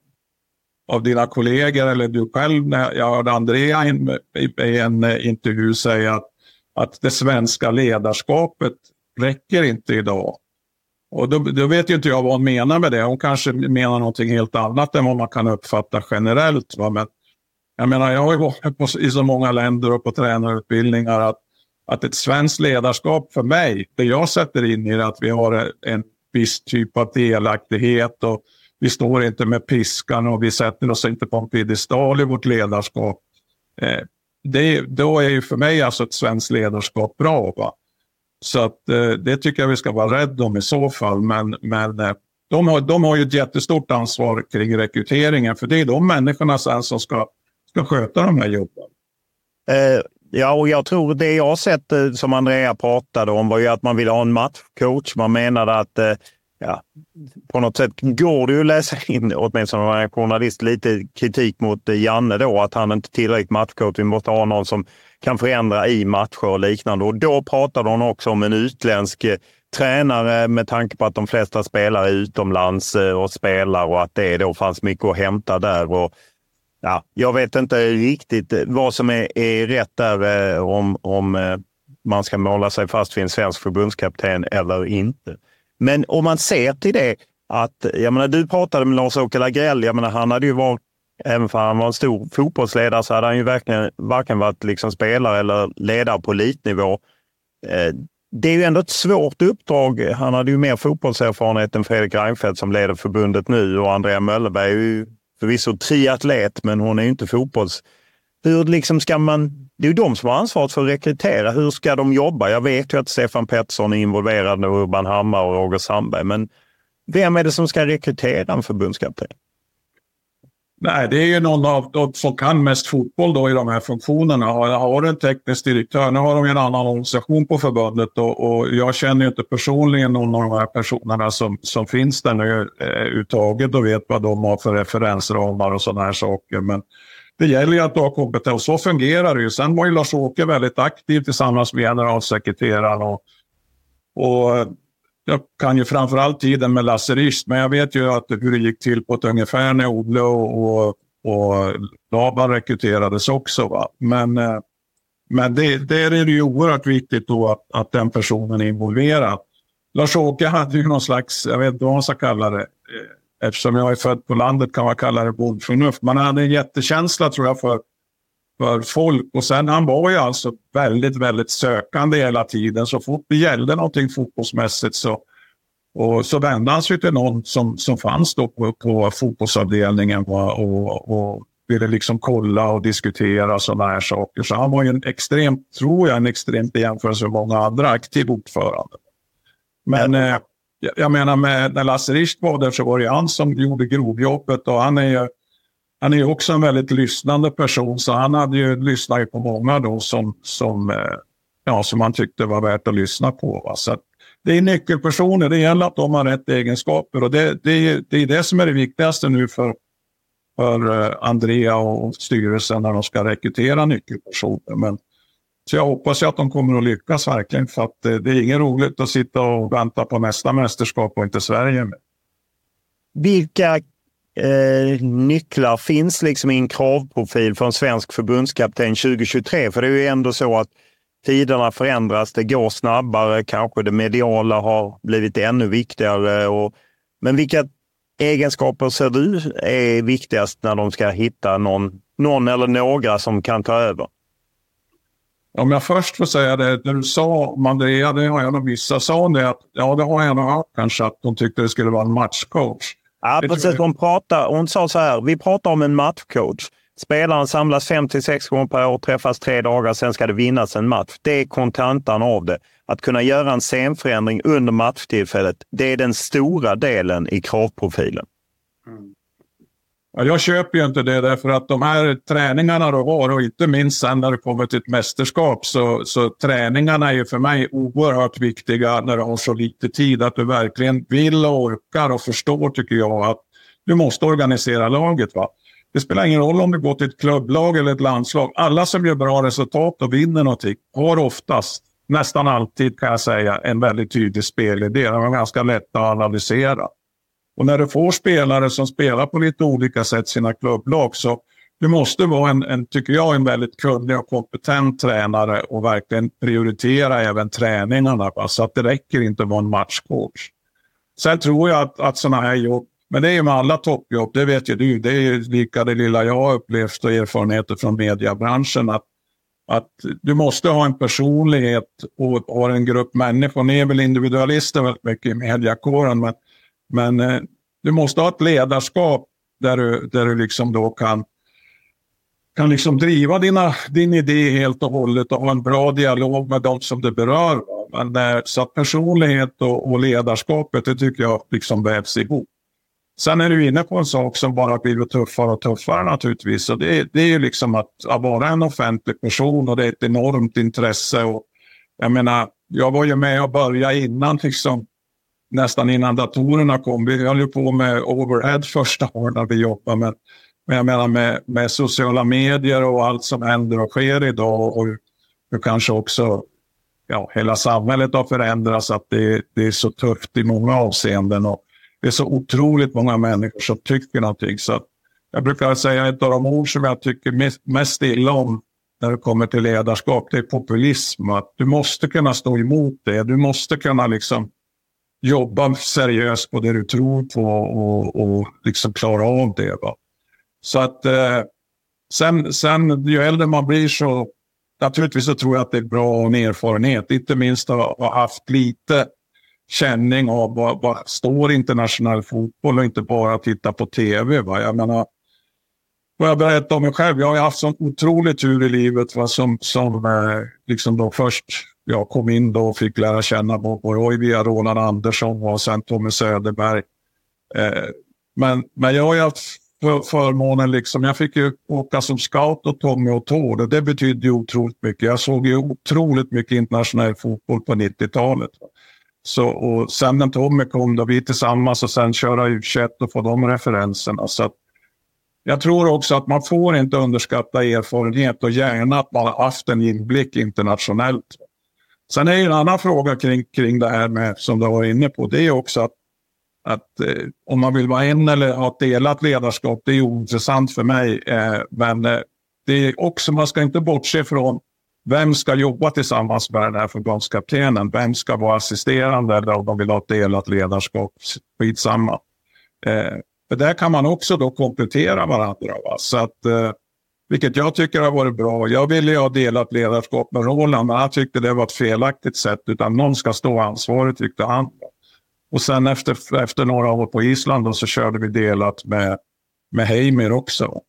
Speaker 13: av dina kollegor eller du själv, när jag hörde Andrea i, i en intervju säga att, att det svenska ledarskapet räcker inte idag. Och då, då vet ju inte jag vad hon menar med det. Hon kanske menar någonting helt annat än vad man kan uppfatta generellt. Va? Men jag menar, jag har ju varit på, i så många länder och på tränarutbildningar att, att ett svenskt ledarskap för mig, det jag sätter in i det att vi har en viss typ av delaktighet och vi står inte med piskan och vi sätter oss inte på en piedestal i vårt ledarskap. Eh, det, då är ju för mig alltså ett svenskt ledarskap bra. Va? Så att, eh, det tycker jag vi ska vara rädda om i så fall. Men, men eh, de, har, de har ju ett jättestort ansvar kring rekryteringen för det är de människorna sen som ska ska sköta de här jobben.
Speaker 10: Eh, ja, och jag tror det jag har sett eh, som Andrea pratade om var ju att man ville ha en matchcoach. Man menade att eh, ja, på något sätt går det ju att läsa in, åtminstone som en journalist, lite kritik mot eh, Janne då, att han inte tillräckligt matchcoach. Vi måste ha någon som kan förändra i matcher och liknande. Och då pratade hon också om en utländsk eh, tränare med tanke på att de flesta spelare är utomlands eh, och spelar och att det då fanns mycket att hämta där. Och ja, jag vet inte riktigt vad som är, är rätt där eh, om, om eh, man ska måla sig fast vid en svensk förbundskapten eller inte. Men om man ser till det att, jag menar du pratade med Lars-Åke Lagrell, jag menar han hade ju varit, även för han var en stor fotbollsledare så hade han ju verkligen varken varit liksom spelare eller ledare på elitnivå. Eh, det är ju ändå ett svårt uppdrag. Han hade ju mer fotbollserfarenhet än Fredrik Reinfeldt som leder förbundet nu och Andrea Möllerberg är ju förvisso triatlet, men hon är ju inte fotbolls. Hur liksom ska man, det är ju de som har ansvaret för att rekrytera. Hur ska de jobba? Jag vet ju att Stefan Pettersson är involverad och Urban Hammar och Roger Sandberg, men vem är det som ska rekrytera en förbundskapten?
Speaker 13: Nej, det är ju någon av de som kan mest fotboll då i de här funktionerna. Har, har en teknisk direktör, nu har de en annan organisation på förbundet och, och jag känner ju inte personligen någon av de här personerna som, som finns där nu eh, uttaget och vet vad de har för referensramar och sådana här saker. Men det gäller ju att ha kompetens. Så fungerar det ju. Sen var ju Lars-Åke väldigt aktiv tillsammans med generalsekreteraren och, och jag kan ju framförallt tiden med Lasse Rist, men jag vet ju att hur det gick till på ett ungefär när Odle och, och, och Laban rekryterades också. Va? Men, men det, det är det ju oerhört viktigt då att, att den personen är involverad. Lars-Åke hade ju någon slags, jag vet inte vad man ska kalla det, eftersom jag är född på landet kan man kalla det bondförnuft. Man hade en jättekänsla tror jag för för folk och sen han var ju alltså väldigt, väldigt sökande hela tiden. Så fort det gällde någonting fotbollsmässigt så, och så vände han sig till någon som, som fanns då på, på fotbollsavdelningen och, och, och ville liksom kolla och diskutera sådana här saker. Så han var ju en extremt, tror jag, en extremt i jämförelse med många andra aktiv ordförande. Men eh, jag menar med, när Lasse Rist var där så var det han som gjorde grovjobbet och han är ju Han är ju också en väldigt lyssnande person så han hade ju lyssnat på många då som, som, ja, som han tyckte var värt att lyssna på. Va? Så att det är nyckelpersoner, det gäller att de har rätt egenskaper och det, det, det är det som är det viktigaste nu för, för Andrea och styrelsen när de ska rekrytera nyckelpersoner. Men, så jag hoppas ju att de kommer att lyckas verkligen för att det, det är inget roligt att sitta och vänta på nästa mästerskap och inte Sverige med.
Speaker 10: Vilka Eh, nycklar finns liksom i en kravprofil för en svensk förbundskapten tjugo tjugotre? För det är ju ändå så att tiderna förändras, det går snabbare, kanske det mediala har blivit ännu viktigare. Och, men vilka egenskaper ser du är viktigast när de ska hitta någon, någon eller några som kan ta över?
Speaker 13: Om jag först får säga det, när du sa om Andrea, det har jag nog vissa sa det att, ja det har jag nog hört kanske att de tyckte det skulle vara en matchcoach.
Speaker 10: Ja,
Speaker 13: det
Speaker 10: precis. Hon, pratar, hon sa så här, vi pratar om en matchcoach. Spelaren samlas fem till sex gånger per år, träffas tre dagar, sen ska det vinnas en match. Det är kontentan av det. Att kunna göra en scenförändring under matchtillfället, det är den stora delen i kravprofilen.
Speaker 13: Mm. Ja, jag köper ju inte det därför att de här träningarna du har, och inte minst sen när det kommer till ett mästerskap, så, så träningarna är ju för mig oerhört viktiga när du har så lite tid, att du verkligen vill och orkar och förstår, tycker jag, att du måste organisera laget, va. Det spelar ingen roll om du går till ett klubblag eller ett landslag. Alla som gör bra resultat och vinner någonting har oftast, nästan alltid kan jag säga, en väldigt tydlig spelidé. Den är ganska lätt att analysera. Och när du får spelare som spelar på lite olika sätt sina klubblag, så du måste vara en, en, tycker jag, en väldigt kunnig och kompetent tränare och verkligen prioritera även träningarna. Va? Så att det räcker inte att vara en matchcoach. Sen tror jag att, att sådana här jobb, men det är ju med alla toppjobb, det vet ju du, det är ju lika det lilla jag har upplevt och erfarenheter från mediebranschen, att, att du måste ha en personlighet och ha en grupp människor. Ni är väl individualister väldigt mycket i mediakåren, men Men eh, du måste ha ett ledarskap där du, där du liksom då kan, kan liksom driva dina, din idé helt och hållet och ha en bra dialog med de som det berör. Men, eh, så att personlighet och, och ledarskapet, det tycker jag liksom vävs ihop. Sen är du inne på en sak som bara blir tuffare och tuffare naturligtvis. Så det, det är ju liksom att, att vara en offentlig person, och det är ett enormt intresse. Och, jag menar, jag var ju med och började innan liksom, nästan innan datorerna kom. Vi höll ju på med overhead första året när vi jobbade med, med, jag menar med, med sociala medier och allt som händer och sker idag, och hur kanske också ja, hela samhället har förändrats, att det, det är så tufft i många avseenden, och det är så otroligt många människor som tycker någonting. Så att jag brukar säga ett av de ord som jag tycker mest, mest illa om när det kommer till ledarskap, det är populism. Att du måste kunna stå emot det. Du måste kunna liksom jobba seriöst på det du tror på och, och liksom klara av det. Va? Så att eh, sen, sen ju äldre man blir, så naturligtvis så tror jag att det är bra och en erfarenhet. Inte minst att ha haft lite känning av vad, vad står internationell fotboll och inte bara titta på tv. Va? Jag menar, vad jag berättar om mig själv, jag har haft sån otrolig tur i livet, va? som, som eh, liksom då först jag kom in då och fick lära känna Bobo Roy via Roland Andersson och sen Tommy Söderberg. Eh, men, men jag har ju haft för, förmånen liksom, jag fick ju åka som scout och Tommy och Tord, och det betydde ju otroligt mycket. Jag såg ju otroligt mycket internationell fotboll på nittiotalet. Så, och sen när Tommy kom då vi tillsammans och sen köra U tjugoett och få de referenserna. Så att jag tror också att man får inte underskatta erfarenhet och gärna att man har haft en inblick internationellt. Sen är det en annan fråga kring, kring det här med, som du var inne på, det är också att, att eh, om man vill vara en eller ha ett delat ledarskap, det är ointressant för mig. Eh, men eh, det är också, man ska inte bortse från vem ska jobba tillsammans med den här förbundskaptenen, vem ska vara assisterande eller om de vill ha ett delat ledarskap, skitsamma. Eh, för där kan man också då komplettera varandra. Va? Så att, eh, vilket jag tycker har varit bra. Jag ville ju ha delat ledarskap med Roland, men han tyckte det var ett felaktigt sätt, utan någon ska stå ansvarig, tyckte han. Och sen efter, efter några år på Island då, så körde vi delat med, med Heimir också.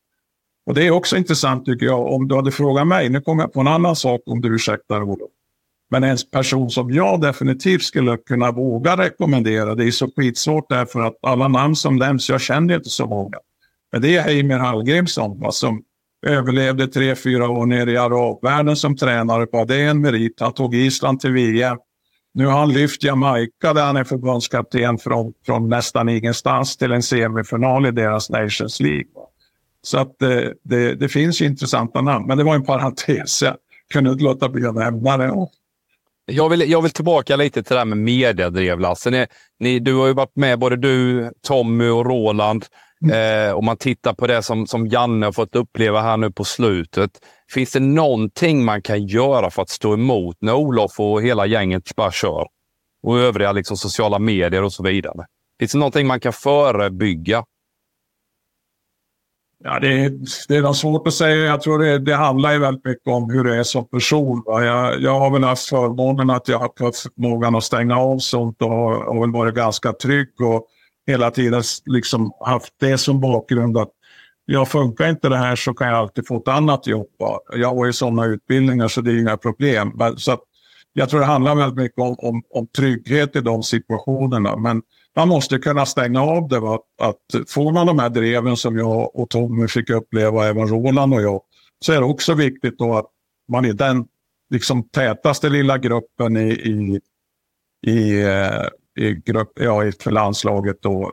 Speaker 13: Och det är också intressant tycker jag, om du hade frågat mig, nu kommer jag på en annan sak om du ursäktar Olof. Men en person som jag definitivt skulle kunna våga rekommendera, det är så skitsvårt därför att alla namn som nämns, jag känner inte så många. Men det är Heimir Hallgrimsson, va, som överlevde tre, fyra år nere i arabvärlden som tränare på. Det är en merit. Han tog Island till V M. Nu har han lyft Jamaica där han är förbundskapten från, från nästan ingenstans till en semifinal i deras Nations League. Va. Så att det, det, det finns intressanta namn. Men det var en parentes. Jag kunde inte låta bli att nämna det.
Speaker 11: Jag vill, jag vill tillbaka lite till det här med mediedrev, Lasse. Ni, ni, du har ju varit med, både du, Tommy och Roland. Mm. Eh, om man tittar på det som, som Janne har fått uppleva här nu på slutet. Finns det någonting man kan göra för att stå emot när Olof och hela gänget bara kör? Och övriga liksom, sociala medier och så vidare. Finns det någonting man kan förebygga?
Speaker 13: Ja, det är, det är nog svårt att säga. Jag tror det, det handlar ju väldigt mycket om hur det är som person. Va? Jag, jag har väl haft förmånen att jag har haft förmågan att stänga av sånt och har, har väl varit ganska trygg och hela tiden liksom haft det som bakgrund att jag funkar inte det här så kan jag alltid få ett annat jobb. Va? Jag har ju sådana utbildningar så det är inga problem. Men, så att, jag tror det handlar väldigt mycket om, om, om trygghet i de situationerna. Men man måste kunna stänga av det. Va? Att får man de här dreven som jag och Tommy fick uppleva, även Roland och jag, så är det också viktigt då att man är den liksom tätaste lilla gruppen i, i, i, i, grupp, ja, för landslaget då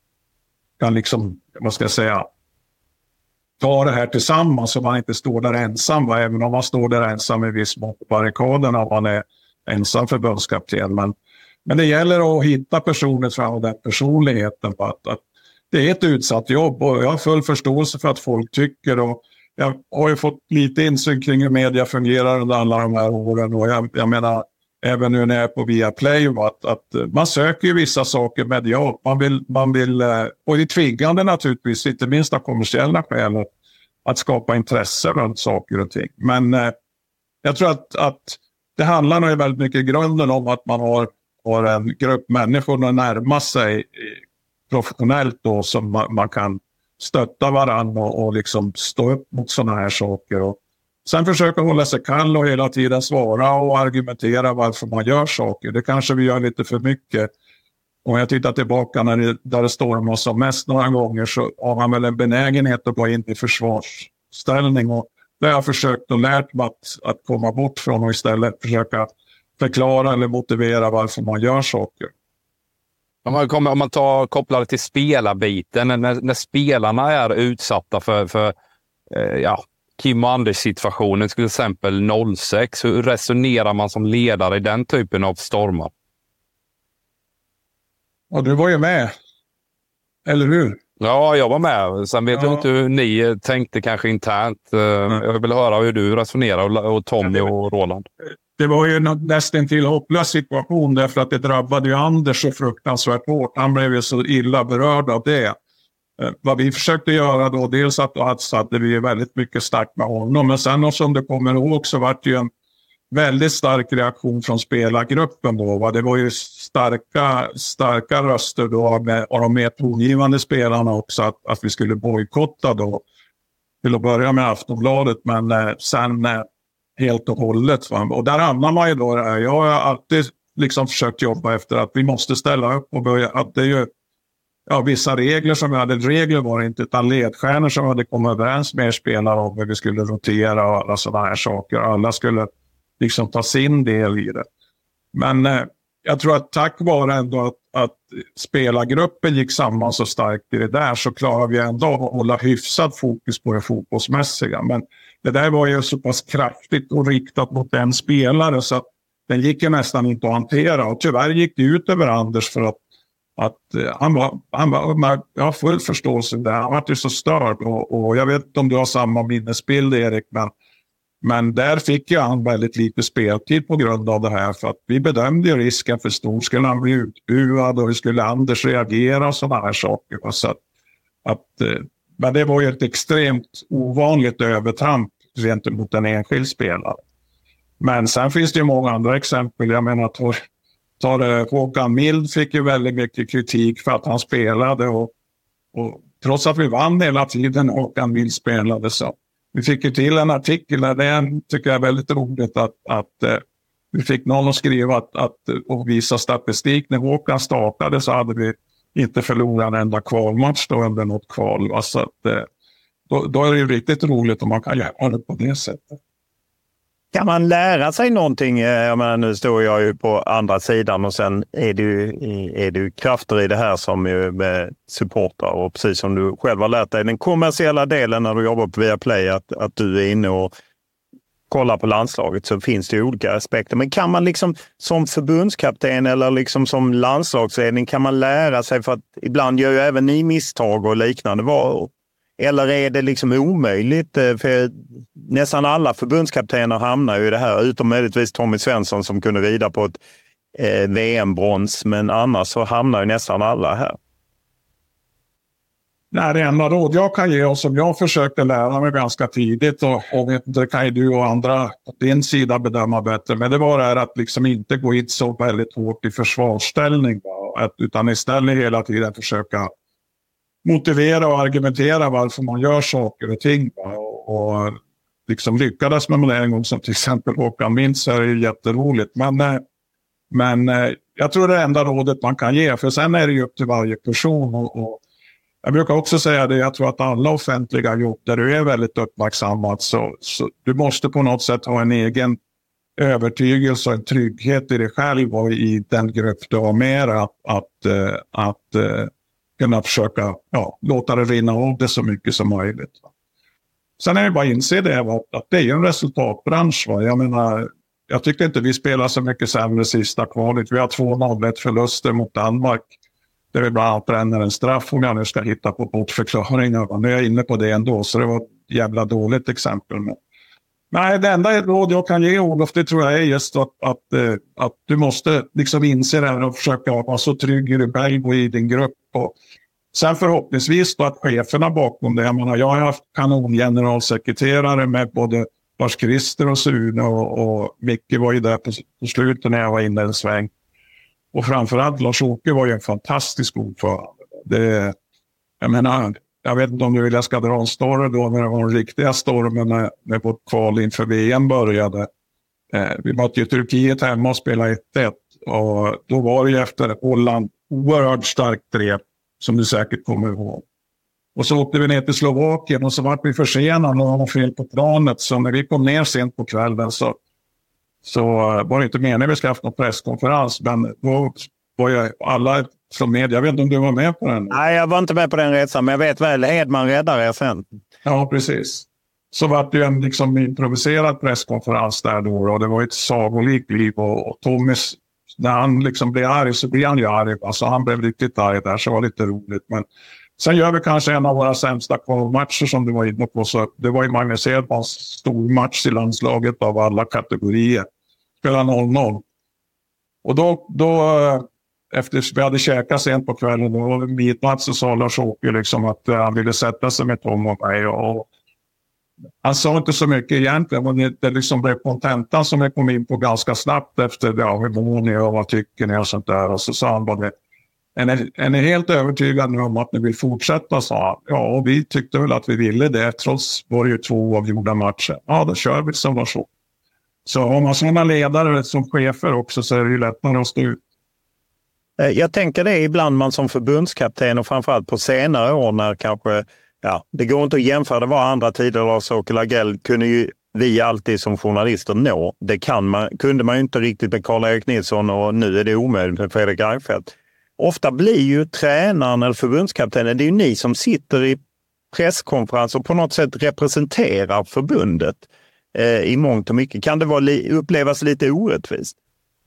Speaker 13: kan liksom, vad ska jag säga, ta det här tillsammans så man inte står där ensam. Va? Även om man står där ensam i viss mån på barrikaderna om man är ensam förbundskapten. Men, men det gäller att hitta personer fram och den personligheten. På att, att det är ett utsatt jobb och jag har full förståelse för att folk tycker. Och jag har ju fått lite insyn kring hur media fungerar under alla de här åren. Och jag, jag menar, även nu när jag är på Viaplay, att, att man söker ju vissa saker medialt. Man vill, man vill, och det är tvingande naturligtvis, inte minst av kommersiella skäl, att, att skapa intresse runt saker och ting. Men eh, jag tror att, att det handlar nog väldigt mycket i grunden om att man har, har en grupp människor att närma sig professionellt då, som man, man kan stötta varandra och, och liksom stå upp mot sådana här saker. Och sen försöka hålla sig kall och hela tiden svara och argumentera varför man gör saker. Det kanske vi gör lite för mycket. Om jag tittar tillbaka när det, där det stormar som mest några gånger så har man väl en benägenhet att gå in i försvarsställning. Och det har jag försökt och lärt mig att, att komma bort från och istället försöka förklara eller motivera varför man gör saker.
Speaker 11: Om man, kommer, om man tar kopplar det till spelarbiten, när, när spelarna är utsatta för, för eh, ja, Kim och Anders situationen, till exempel noll sex, hur resonerar man som ledare i den typen av stormar?
Speaker 13: Ja, du var ju med. Eller hur?
Speaker 11: Ja, jag var med. Sen vet ja. jag inte hur ni tänkte kanske internt. Mm. Jag vill höra hur du resonerar och Tommy ja, det, och Roland.
Speaker 13: Det var ju nästan till hopplös situation därför att det drabbade ju Anders så fruktansvärt hårt. Han blev ju så illa berörd av det. Vad vi försökte göra då, dels att, att hade vi väldigt mycket starkt med honom, men sen som det kommer ihåg så var det ju en väldigt stark reaktion från spelargruppen då. Va? Det var ju starka, starka röster då med, av de mer tongivande spelarna också att, att vi skulle bojkotta då. Till att börja med Aftonbladet, men eh, sen eh, helt och hållet. Va? Och där hamnar man ju då. Jag har alltid liksom försökt jobba efter att vi måste ställa upp och börja, att det är ju ja, vissa regler som vi hade, regler var inte utan ledstjärnor som hade kommit överens med spelare om hur vi skulle rotera och alla sådana här saker. Alla skulle liksom ta sin del i det. Men eh, jag tror att tack vare ändå att, att spelargruppen gick samman så starkt i det där så klarar vi ändå att hålla hyfsad fokus på det fotbollsmässiga. Men det där var ju så pass kraftigt och riktat mot en spelare så att den gick ju nästan inte att hantera. Och tyvärr gick det ut över Anders för att Att uh, han var, han var, jag har full förståelse där. Han var ju så störd och, och jag vet inte om du har samma minnesbild, Erik, men, men där fick ju han väldigt lite speltid på grund av det här för att vi bedömde ju risken för stor. Skulle han bli utbuad och hur skulle Anders reagera och sådana här saker. Så att, att, uh, men det var ju ett extremt ovanligt övertramp gentemot en enskild spelare. Men sen finns det ju många andra exempel. Jag menar att tar det, Håkan Mild fick ju väldigt mycket kritik för att han spelade och, och trots att vi vann hela tiden Håkan Mild spelade så. Vi fick ju till en artikel där det tycker jag är väldigt roligt att, att eh, vi fick någon att skriva att, att, och visa statistik. När Håkan startade så hade vi inte förlorat en enda kvalmatch då under något kval. Så att, eh, då, då är det ju riktigt roligt om man kan göra det på det sättet.
Speaker 10: Kan man lära sig någonting? Jag menar, nu står jag ju på andra sidan och sen är det ju, är det ju krafter i det här som är med supportrar och precis som du själv har lärt dig den kommersiella delen när du jobbar på Viaplay att, att du är inne och kollar på landslaget så finns det ju olika aspekter. Men kan man liksom som förbundskapten eller liksom som landslagsledning kan man lära sig för att ibland gör ju även ni misstag och liknande var. Eller är det liksom omöjligt? För nästan alla förbundskaptener hamnar ju i det här. Utom möjligtvis Tommy Svensson som kunde rida på ett eh, V M-brons. Men annars så hamnar ju nästan alla här.
Speaker 13: Nej, det enda råd jag kan ge och som jag försökte lära mig ganska tidigt och, och det kan ju du och andra på din sida bedöma bättre, men det var det här att liksom inte gå in så väldigt hårt i försvarsställning, va? Att, utan istället hela tiden försöka motivera och argumentera varför man gör saker och ting, va? Och, och liksom lyckades med en gång som till exempel Håkan Minns, så är det ju jätteroligt, men, men jag tror det är enda rådet man kan ge, för sen är det ju upp till varje person och, och jag brukar också säga det, jag tror att alla offentliga jobb där du är väldigt uppmärksammad så, så du måste på något sätt ha en egen övertygelse och en trygghet i dig själv och i den grupp du har med att, att, att, att kunna försöka ja, låta det rinna av det så mycket som möjligt. Sen är det bara att inse det att, att det är en resultatbransch. Va? Jag menar, jag tycker inte vi spelar så mycket sämre sista kvalet. Vi har två noll ett förluster mot Danmark. Det är bland annat bränner en straff om jag nu ska hitta på bortförklaringar. Nu är jag inne på det ändå, så det var ett jävla dåligt exempel. Men nej, det enda råd jag kan ge Olof, det tror jag är just att, att, att du måste liksom inse det här och försöka vara så trygg i dig själv och i din grupp. Och sen förhoppningsvis då att cheferna bakom det, jag menar, jag har haft kanongeneralsekreterare med både Lars Christer och Sune och, och Micke var ju där på, på slutet när jag var inne en sväng. Och framförallt Lars-Åke var ju en fantastisk ordförande. Det, jag menar, jag vet inte om du vill jag ska dra en story då när det var en riktiga stormen när, när vårt kval inför V M började. Eh, vi mötte ju Turkiet hemma och spelade ett ett. Och då var det ju efter Holland oerhört starkt drev som du säkert kommer ihåg. Och så åkte vi ner till Slovakien och så var vi försenade och var fel på planet. Så när vi kom ner sent på kvällen så Så var det inte meningen att vi skulle haft någon presskonferens. Men då var ju alla från media. Jag vet inte om du var med på den.
Speaker 10: Nej, jag var inte med på den resan. Men jag vet väl, Edman räddar er sen.
Speaker 13: Ja, precis. Så var det ju en liksom improviserad presskonferens där då. Och det var ett sagolikt liv. Och, och Thomas, när han liksom blev arg så blev han ju arg. Alltså han blev riktigt arg där, så det var lite roligt. Men sen gör vi kanske en av våra sämsta kvalmatcher som du var inne på. Så det var ju Magnus Edmans stor match i landslaget av alla kategorier. Spelade noll noll. Och då, då efter vi hade käkat sent på kvällen, då var det midnatt, så sa Lars-Åke liksom att uh, han ville sätta sig med Tom och mig. Och han sa inte så mycket egentligen, men det, det liksom blev kontentan som jag kom in på ganska snabbt efter ja, hur mår ni och vad tycker ni och sånt där. Och så sa han bara det. Är ni, är ni helt övertygade om att ni vill fortsätta, sa han. Ja, och vi tyckte väl att vi ville det, trots var det ju två avgjorda matcher. Ja, då kör vi som Lars-Åke. Så har man sådana ledare som chefer också så är det ju lättare att stå ut.
Speaker 10: Jag tänker det ibland man som förbundskapten och framförallt på senare år när kanske, ja, det går inte att jämföra, det var andra tider, Lars-Åke Lagrell kunde ju vi alltid som journalister nå. Det kan man, kunde man ju inte riktigt med Karl-Erik Nilsson och nu är det omöjligt med Fredrik Reinfeldt. Ofta blir ju tränaren eller förbundskaptenen, det är ju ni som sitter i presskonferens och på något sätt representerar förbundet. I mångt och mycket. Kan det vara li- upplevas lite orättvist?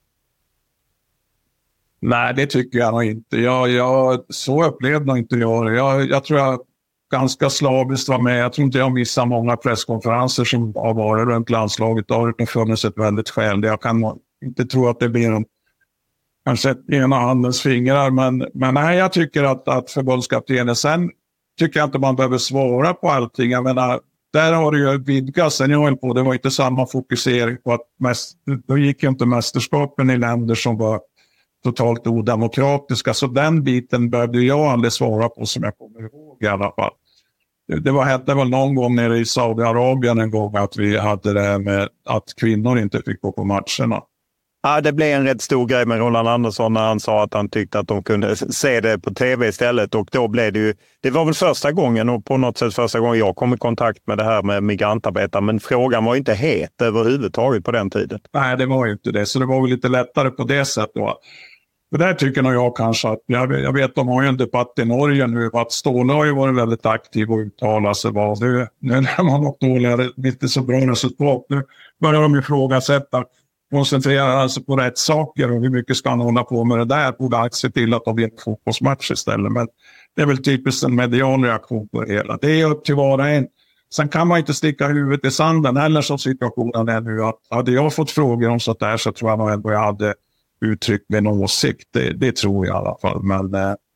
Speaker 13: Nej, det tycker jag nog inte. Jag, jag, så upplevde nog inte jag det. Jag, jag tror jag ganska slaviskt var med. Jag tror inte jag missar många presskonferenser som har varit runt landslaget. Det har funnits ett väldigt skäl. Jag kan inte tro att det blir en, kanske ena handens fingrar. Men, men nej, jag tycker att, att förbundskaptenen, sen tycker jag inte man behöver svara på allting. Jag menar, där har det ju vidgats sen jag höll på. Det var inte samma fokusering på att mäst, då gick ju inte mästerskapen i länder som var totalt odemokratiska. Så den biten behövde jag aldrig svara på som jag kommer ihåg i alla fall. Det, det var hette väl någon gång nere i Saudiarabien en gång att vi hade det med att kvinnor inte fick gå på matcherna.
Speaker 10: Ja, det blev en rätt stor grej med Roland Andersson när han sa att han tyckte att de kunde se det på tv istället. Och då blev det ju, det var väl första gången och på något sätt första gången jag kom i kontakt med det här med migrantarbetare. Men frågan var inte het överhuvudtaget på den tiden.
Speaker 13: Nej, det var ju inte det. Så det var väl lite lättare på det sättet då. För där tycker nog jag kanske att, jag, jag vet de har ju en debatt i Norge nu, att Ståhle har ju varit väldigt aktiv och uttalat sig. Vad nu, nu när man har dåliga, inte så bra resultat, nu börjar de ju ifrågasätta. Koncentrera sig på rätt saker och hur mycket ska han hålla på med det där. Borde se till att de vinner fotbollsmatch istället. Men det är väl typiskt en medial reaktion på det hela. Det är upp till var och en. Sen kan man inte sticka huvudet i sanden heller som situationen är nu. Att hade jag fått frågor om sånt där så tror jag nog ändå jag hade uttryckt min åsikt. Det, det tror jag i alla fall. Men,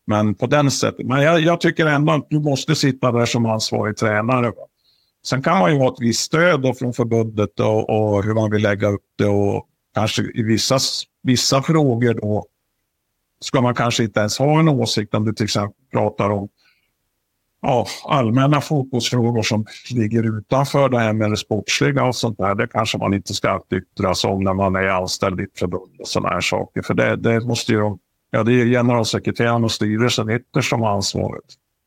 Speaker 13: Men på den sättet. Men jag, jag tycker ändå att du måste sitta där som ansvarig tränare. Va? Sen kan man ju ha ett visst stöd då från förbundet och, och hur man vill lägga upp det. Och kanske i vissa, vissa frågor då ska man kanske inte ens ha en åsikt om du till exempel pratar om ja, allmänna fotbollsfrågor som ligger utanför det här med det sportsliga och sånt där. Det kanske man inte ska yttra sig om när man är anställd i ett förbund och sådana här saker. För det, det måste ju, ja, det är generalsekreteraren och styrelsen ytterst som ansvaret.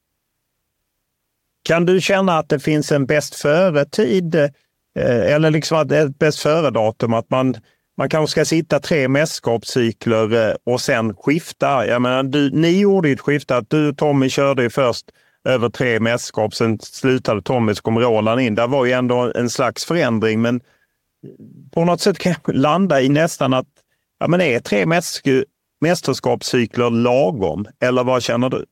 Speaker 10: Kan du känna att det finns en bäst före-tid eh, eller liksom att det är ett bäst före-datum att man, man kanske ska sitta tre mästerskapscykler eh, och sen skifta? Jag menar, du, ni gjorde ju ett skifte att du och Tommy körde ju först över tre mästerskap, sen slutade Tommy, så kom Roland in. Det var ju ändå en slags förändring, men på något sätt kan jag landa i nästan att ja, men är tre mästersk- mästerskapscykler lagom? Eller vad känner du?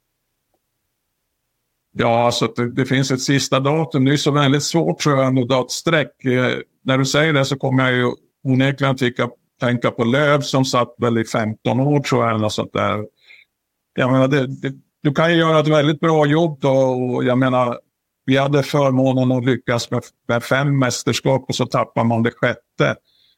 Speaker 13: Ja, alltså det, det finns ett sista datum. Det är så väldigt svårt tror jag att dra ett streck. Eh, när du säger det så kommer jag ju onekligen tycka, tänka på Löv som satt väl i femton år tror jag. Eller sånt där. Jag menar, det, det, du kan ju göra ett väldigt bra jobb då, och jag menar, vi hade förmånen att lyckas med, med fem mästerskap och så tappar man det sjätte.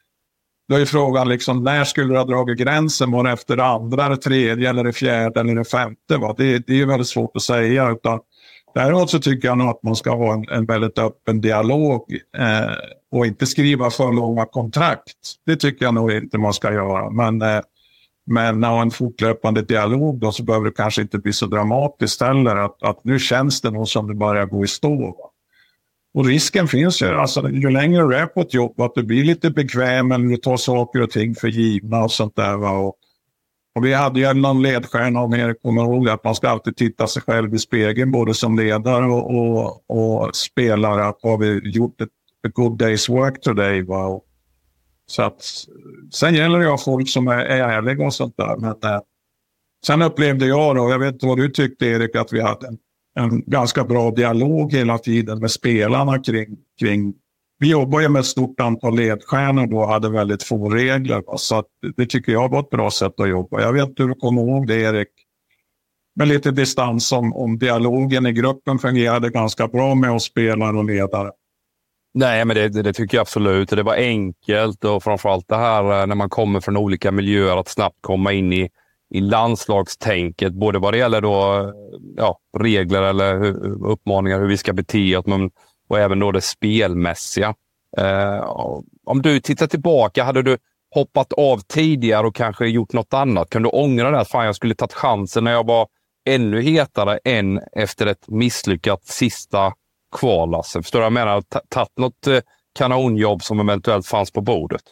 Speaker 13: Då är frågan liksom, när skulle du ha dragit gränsen? Var det efter det andra, det tredje eller det fjärde eller det femte? Va? Det, det är ju väldigt svårt att säga. Utan däremot så tycker jag nog att man ska ha en, en väldigt öppen dialog eh, och inte skriva för långa kontrakt. Det tycker jag nog inte man ska göra. Men, eh, men när man har en fortlöpande dialog då, så behöver det kanske inte bli så dramatiskt heller. Att, att nu känns det nog som det börjar gå i stå. Va? Och risken finns ju, alltså ju längre du är på ett jobb, att du blir lite bekväm eller du tar saker och ting för givna och sånt där. Va? Och, och vi hade ju någon ledstjärna om er kommer ihåg att man ska alltid titta sig själv i spegeln både som ledare och, och, och spelare. Att har vi gjort ett, ett good day's work today? Va? Och, så att, sen gäller det ju folk som är, är ärliga och sånt där. Men eh, sen upplevde jag då, jag vet inte vad du tyckte Erik, att vi hade en en ganska bra dialog hela tiden med spelarna kring, kring vi jobbar ju med ett stort antal ledstjärnor då och hade väldigt få regler. Va? Så att det tycker jag var ett bra sätt att jobba. Jag vet hur du kommer ihåg det Erik. Med lite distans om, om dialogen i gruppen fungerade ganska bra med oss spelare och ledare.
Speaker 11: Nej, men det, det tycker jag absolut. Det var enkelt och framförallt det här när man kommer från olika miljöer att snabbt komma in i i landslagstänket, både vad det gäller då, ja, regler eller hur, uppmaningar hur vi ska bete oss, men och även då det spelmässiga. Eh, om du tittar tillbaka, hade du hoppat av tidigare och kanske gjort något annat? Kan du ångra det att fan jag skulle tagit chansen när jag var ännu hetare än efter ett misslyckat sista kval? Alltså, förstår du vad jag menar? T- tagit något eh, kanonjobb som eventuellt fanns på bordet?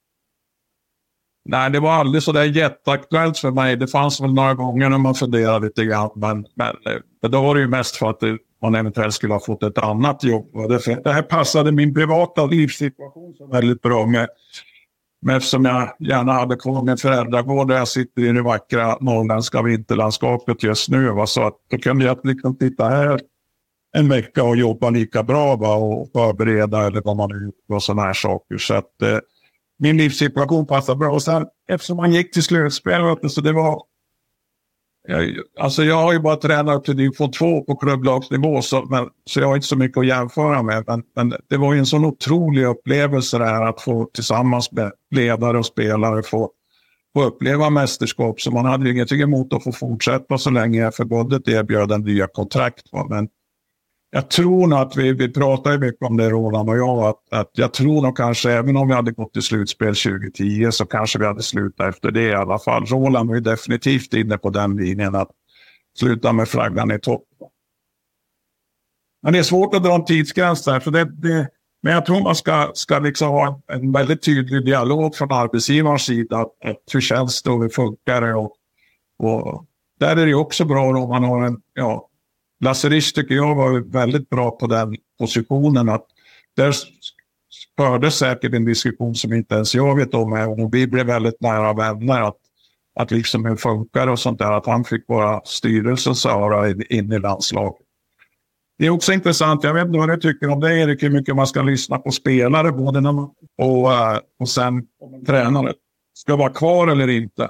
Speaker 13: Nej, det var aldrig så där jätteaktuellt för mig. Det fanns väl några gånger när man funderade lite grann. Men, men, men då var det ju mest för att det, man eventuellt skulle ha fått ett annat jobb. Det, det här passade min privata livssituation så väldigt bra med. Men eftersom jag gärna hade kvar min föräldragård där jag sitter i det vackra norrländska vinterlandskapet just nu. Va? Så att då kunde jag liksom titta här en vecka och jobba lika bra, va? Och förbereda eller vad man nu gör och sådana här saker. Så att eh, min livssituation passade bra. Och sen eftersom man gick till slutspel så det var... Jag, alltså jag har ju bara tränat upp till division två på klubblagsnivå så, men, så jag har inte så mycket att jämföra med. Men, men det var ju en sån otrolig upplevelse det här att få tillsammans med ledare och spelare få, få uppleva mästerskap. Så man hade ju ingenting emot att få fortsätta så länge förbundet erbjöd en nya kontrakt. Va? Men jag tror nog att vi, vi pratar ju mycket om det Roland och jag. Att, att jag tror nog kanske även om vi hade gått till slutspel tjugo tio så kanske vi hade slutat efter det i alla fall. Roland var ju definitivt inne på den linjen att sluta med flaggan i topp. Men det är svårt att dra en tidsgräns där. Så det, det, men jag tror man ska, ska liksom ha en, en väldigt tydlig dialog från arbetsgivarens sida. Att, att hur känns det och hur funkar det? Och, och där är det också bra om man har en... Ja, Lasse Risch tycker jag var väldigt bra på den positionen att där fördes säkert en diskussion som inte ens jag vet om och vi blev väldigt nära vänner att, att liksom hur funkar och sånt där att han fick vara styrelsens öra in i landslaget. Det är också intressant, jag vet inte vad du tycker om det Erik, hur mycket man ska lyssna på spelare både när man och, och sen om en tränare ska vara kvar eller inte.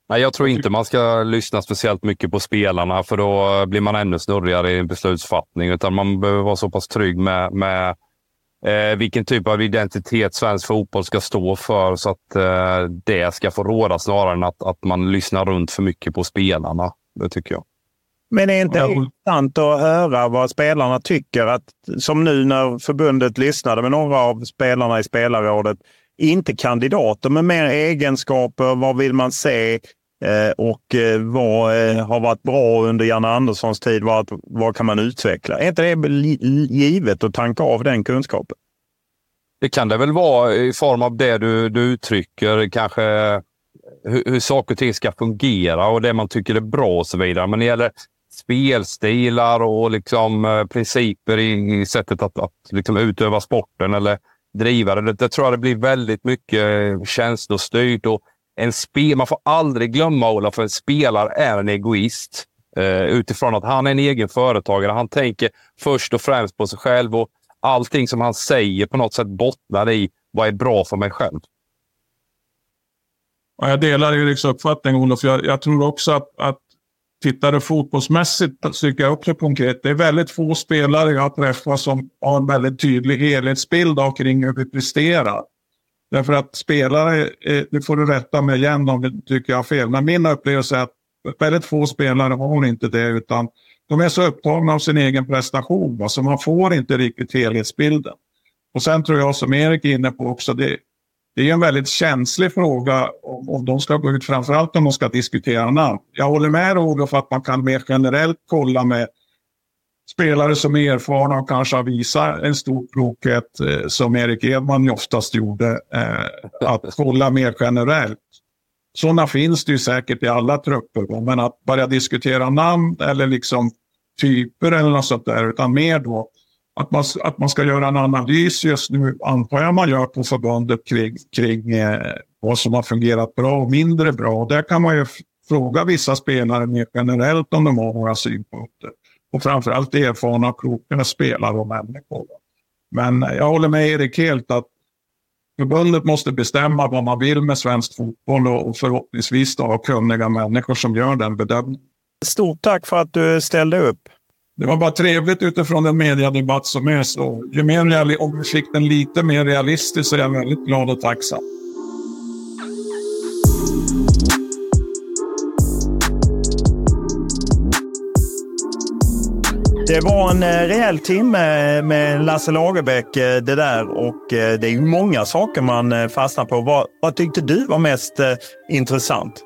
Speaker 11: Nej, jag tror inte man ska lyssna speciellt mycket på spelarna, för då blir man ännu snurrigare i en beslutsfattning. Utan man behöver vara så pass trygg med, med eh, vilken typ av identitet svensk fotboll ska stå för, så att eh, det ska få råda snarare än att, att man lyssnar runt för mycket på spelarna. Det tycker jag.
Speaker 10: Men är det inte intressant att höra vad spelarna tycker? Att, som nu när förbundet lyssnade med några av spelarna i spelarrådet, inte kandidater med mer egenskaper, vad vill man se eh, och eh, vad eh, har varit bra under Janne Anderssons tid, vad, vad kan man utveckla? Är inte det givet att tanka av den kunskapen?
Speaker 11: Det kan det väl vara i form av det du, du uttrycker, kanske hur, hur saker och ting ska fungera och det man tycker är bra och så vidare. Men det gäller spelstilar och liksom, eh, principer i, i sättet att, att liksom utöva sporten eller driva det. Det tror jag det blir väldigt mycket känslostyrt. Och en spel, man får aldrig glömma, Ola, för en spelare är en egoist. Eh, utifrån att han är en egen företagare. Han tänker först och främst på sig själv och allting som han säger på något sätt bottnar i vad är bra för mig själv.
Speaker 13: Ja, jag delar Eriks uppfattning, Olof. Jag, jag tror också att, att tittar du fotbollsmässigt, tycker jag också konkret, det är väldigt få spelare jag har träffat som har en väldigt tydlig helhetsbild av kring hur vi presterar. Därför att spelare, det får du rätta mig igen om du tycker jag har fel, men min upplevelse är att väldigt få spelare har inte det, utan de är så upptagna av sin egen prestation, va? Så man får inte riktigt helhetsbilden. Och sen tror jag, som Erik är inne på också, det, det är en väldigt känslig fråga om, om de ska gå ut, framförallt om de ska diskutera namn. Jag håller med Olof för att man kan mer generellt kolla med spelare som är erfarna och kanske har visat en stor klokhet, eh, som Erik Edman oftast gjorde, eh, att kolla mer generellt. Sådana finns det ju säkert i alla trupper, men att börja diskutera namn eller liksom typer eller något sånt där, utan mer då att man, att man ska göra en analys just nu, antar jag man gör på förbundet kring, kring eh, vad som har fungerat bra och mindre bra. Och där kan man ju f- fråga vissa spelare mer generellt om de har några synpunkter. Och framförallt erfarna och kloka spelare och människor. Men jag håller med Erik helt att förbundet måste bestämma vad man vill med svensk fotboll och förhoppningsvis då ha kunniga människor som gör den bedömningen.
Speaker 10: Stort tack för att du ställde upp.
Speaker 13: Det var bara trevligt utifrån den mediedebatt som är. Så ju mer reali- om vi fick den lite mer realistisk så är jag väldigt glad och tacksam.
Speaker 10: Det var en rejäl timme med Lasse Lagerbäck det där, och det är ju många saker man fastnar på. Vad, vad tyckte du var mest eh, intressant?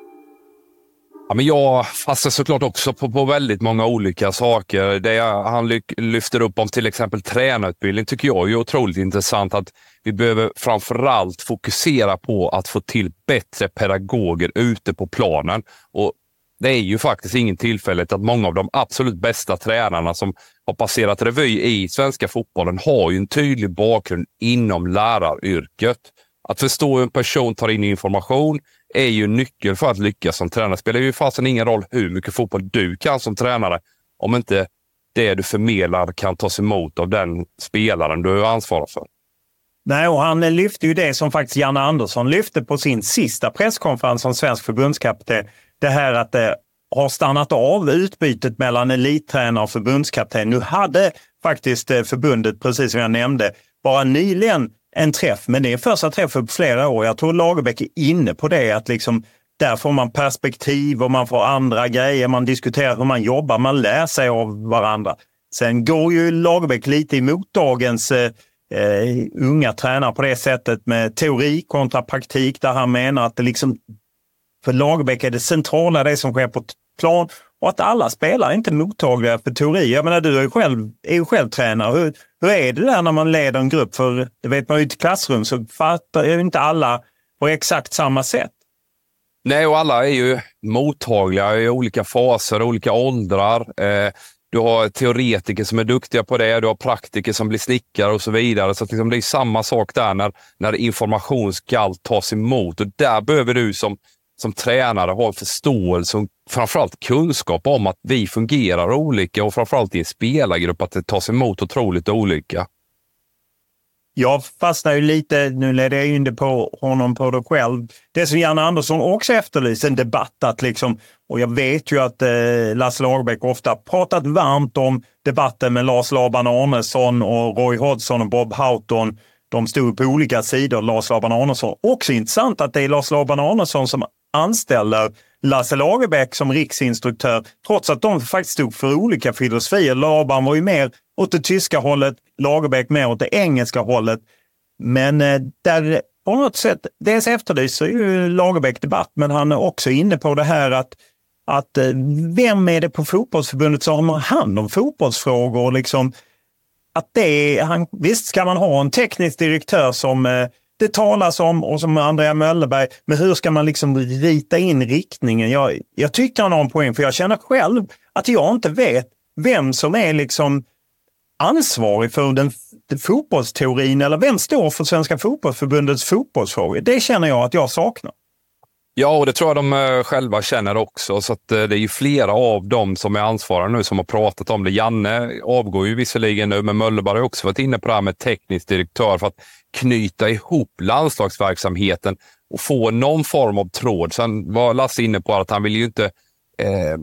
Speaker 11: Ja, men jag fastnar såklart också på, på väldigt många olika saker. Det han ly- lyfter upp om till exempel tränarutbildning tycker jag är otroligt intressant. Att vi behöver framförallt fokusera på att få till bättre pedagoger ute på planen. Och det är ju faktiskt ingen tillfällighet att många av de absolut bästa tränarna som har passerat revy i svenska fotbollen har ju en tydlig bakgrund inom läraryrket. Att förstå hur en person tar in information är ju nyckeln för att lyckas som tränare. Det spelar ju fasen ingen roll hur mycket fotboll du kan som tränare om inte det du förmedlar kan tas emot av den spelaren du är ansvarig för.
Speaker 10: Nej, och han lyfte ju det som faktiskt Janne Andersson lyfte på sin sista presskonferens som svensk förbundskapten. Det här att det har stannat av utbytet mellan elittränare och förbundskapten. Nu hade faktiskt förbundet, precis som jag nämnde, bara nyligen en träff. Men det är första träffen på flera år. Jag tror Lagerbäck är inne på det. Att liksom, där får man perspektiv och man får andra grejer. Man diskuterar hur man jobbar. Man lär sig av varandra. Sen går ju Lagerbäck lite emot dagens eh, unga tränare på det sättet med teori kontra praktik. Där han menar att det liksom... För Lagerbäck är det centrala det som sker på plan, och att alla spelare inte är mottagliga för teori. Jag menar, du är ju själv, är ju själv tränare. Hur, hur är det där när man leder en grupp? För det vet man ju i ett klassrum så fattar ju inte alla på exakt samma sätt.
Speaker 11: Nej, och alla är ju mottagliga i olika faser, olika åldrar. Eh, du har teoretiker som är duktiga på det, du har praktiker som blir snickare och så vidare. Så att liksom det är samma sak där när, när information ska tas emot. Och där behöver du som som tränare har en förståelse och framförallt kunskap om att vi fungerar olika, och framförallt i en spelargrupp att det tas emot otroligt olika.
Speaker 10: jag fastnar ju lite, nu ledde jag in det på honom på det själv. Det som Janne Andersson också efterlyser en debatt att liksom, och jag vet ju att eh, Lasse Lagerbäck ofta pratat varmt om debatten med Lars Laban Arnesson och Roy Hodgson och Bob Houghton. De stod på olika sidor, Lars Laban Arnesson. Också intressant att det är Lars Laban Arnesson som anställer Lasse Lagerbäck som riksinstruktör, trots att de faktiskt stod för olika filosofier. Laban var ju mer åt det tyska hållet, Lagerbäck mer åt det engelska hållet. Men eh, där på något sätt, dels efterlyser ju Lagerbäck debatt, men han är också inne på det här att, att eh, vem är det på fotbollsförbundet som har hand om fotbollsfrågor och liksom att det är, han, visst ska man ha en teknisk direktör som eh, det talas om och som Andrea Möllerberg, men hur ska man liksom rita in riktningen? Jag, jag tycker han har en poäng, för jag känner själv att jag inte vet vem som är liksom ansvarig för den, den fotbollsteorin, eller vem står för Svenska fotbollsförbundets fotbollsfrågor. Det känner jag att jag saknar.
Speaker 11: Ja, och det tror jag de själva känner också. Så att det är ju flera av dem som är ansvariga nu som har pratat om det. Janne avgår ju visserligen nu, men Möllerberg har också varit inne på det här med teknisk direktör för att knyta ihop landslagsverksamheten och få någon form av tråd. Sen var Lasse inne på att han vill ju inte eh,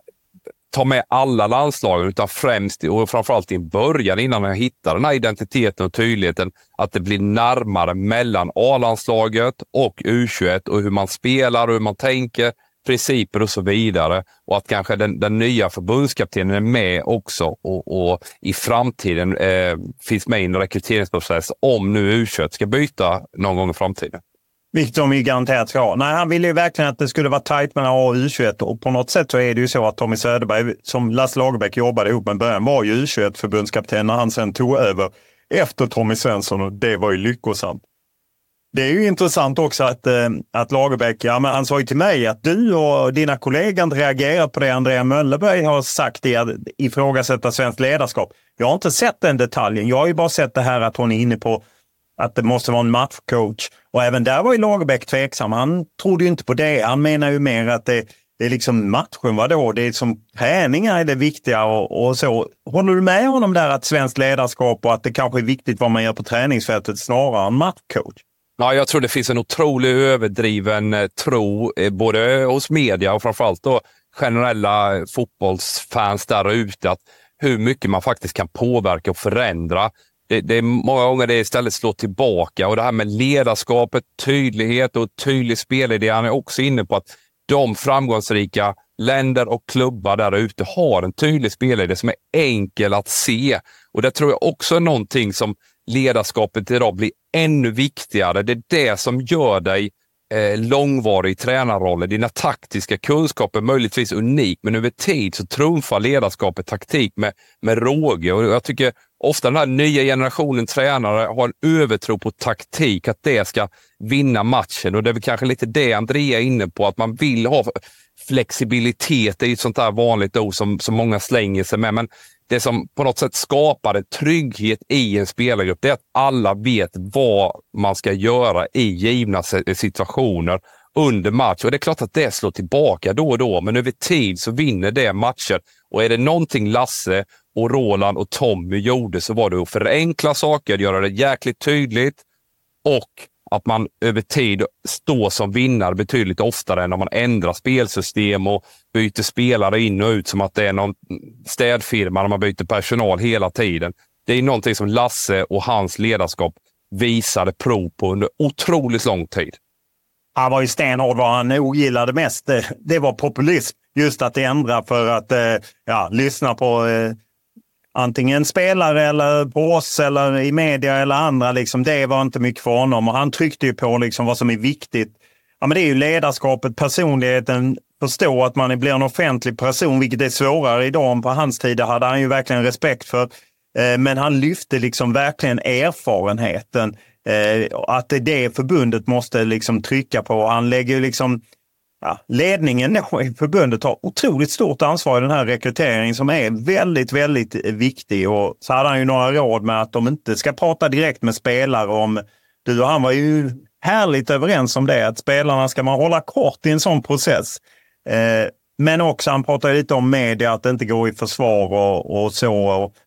Speaker 11: ta med alla landslagen, utan främst och framförallt i början, innan jag hittar den här identiteten och tydligheten, att det blir närmare mellan A-landslaget och U tjugoett och hur man spelar och hur man tänker, principer och så vidare. Och att kanske den, den nya förbundskaptenen är med också och, och i framtiden eh, finns med i en rekryteringsprocess om nu U tjugoett ska byta någon gång i framtiden.
Speaker 10: Vilket de ju garanterat ska ha. Nej, han ville ju verkligen att det skulle vara tajt mellan A och U tjugoett, och på något sätt så är det ju så att Tommy Söderberg, som Lasse Lagerbäck jobbade ihop med början, var ju U tjugoett-förbundskapten när han sen tog över efter Tommy Svensson, och det var ju lyckosamt. Det är ju intressant också att, att Lagerbäck, ja, men han sa ju till mig att du och dina kollegor inte reagerar på det Andrea Möllerberg har sagt i att ifrågasätta svenskt ledarskap. Jag har inte sett den detaljen. Jag har ju bara sett det här att hon är inne på att det måste vara en matchcoach. Och även där var ju Lagerbäck tveksam. Han trodde ju inte på det. Han menar ju mer att det, det är liksom matchen, vadå? Det är som träningar är det viktiga och, och så. Håller du med honom där att svenskt ledarskap och att det kanske är viktigt vad man gör på träningsfältet snarare än matchcoach?
Speaker 11: Ja, jag tror det finns en otroligt överdriven tro både hos media och framförallt då generella fotbollsfans där ute, att hur mycket man faktiskt kan påverka och förändra. Det, det är många gånger det istället slår tillbaka, och det här med ledarskapet, tydlighet och tydlig spelidé. Han är också inne på att de framgångsrika länder och klubbar där ute har en tydlig spelidé som är enkel att se, och det tror jag också är någonting som ledarskapet idag blir ännu viktigare. Det är det som gör dig eh, långvarig i tränarrollen. Dina taktiska kunskaper är möjligtvis unik, men över tid så trumfar ledarskapet taktik med, med råge, och jag tycker ofta den här nya generationen tränare har en övertro på taktik, att det ska vinna matchen, och det är väl kanske lite det Andrea är inne på, att man vill ha flexibilitet. Det är ju ett sånt där vanligt ord som, som många slänger sig med, men det som på något sätt skapar en trygghet i en spelargrupp, det är att alla vet vad man ska göra i givna situationer under match. Och det är klart att det slår tillbaka då och då, men över tid så vinner det matcher. Och är det någonting Lasse och Roland och Tommy gjorde, så var det att förenkla saker, göra det jäkligt tydligt, och att man över tid står som vinnare betydligt oftare än om man ändrar spelsystem och byter spelare in och ut som att det är någon städfirma när man byter personal hela tiden. Det är någonting som Lasse och hans ledarskap visade prov på under otroligt lång tid.
Speaker 10: Han var ju stenhård. Vad han ogillade mest, det, det var populism. Just att ändra för att eh, ja, lyssna på eh, antingen spelare eller på oss eller i media eller andra. Liksom, det var inte mycket för honom. Och han tryckte ju på liksom vad som är viktigt. Ja, men det är ju ledarskapet, personligheten, förstå att man blir en offentlig person, vilket är svårare idag än på hans tid. Hade han ju verkligen respekt för. Eh, men han lyfte liksom verkligen erfarenheten. Eh, att det, det förbundet måste liksom trycka på. Han lägger ju liksom, ja, ledningen i förbundet har otroligt stort ansvar i den här rekryteringen som är väldigt, väldigt viktig. Och så hade han ju några råd med att de inte ska prata direkt med spelare om, du och han var ju härligt överens om det, att spelarna ska man hålla kort i en sån process. Eh, men också han pratade lite om media, att det inte går i försvar och, och så. Och, ja.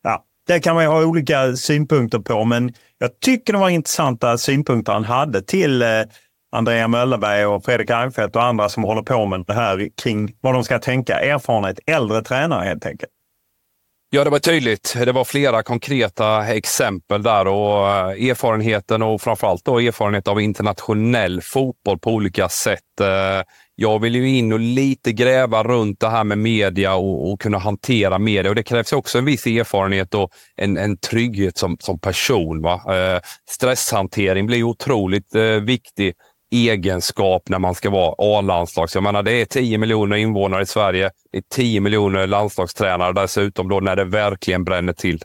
Speaker 10: det kan man ju ha olika synpunkter på, men jag tycker det var intressanta synpunkter han hade till eh, Andrea Möllerberg och Fredrik Reinfeldt och andra som håller på med det här kring vad de ska tänka. Erfarenhet, äldre tränare helt enkelt.
Speaker 11: Ja, det var tydligt. Det var flera konkreta exempel där och erfarenheten och framförallt då erfarenhet av internationell fotboll på olika sätt. Jag vill ju in och lite gräva runt det här med media och, och kunna hantera media, och det krävs också en viss erfarenhet och en, en trygghet som, som person. Va? Stresshantering blir otroligt viktig egenskap när man ska vara A-landslags. Jag menar, det är tio miljoner invånare i Sverige. Det är tio miljoner landslagstränare dessutom då när det verkligen bränner till.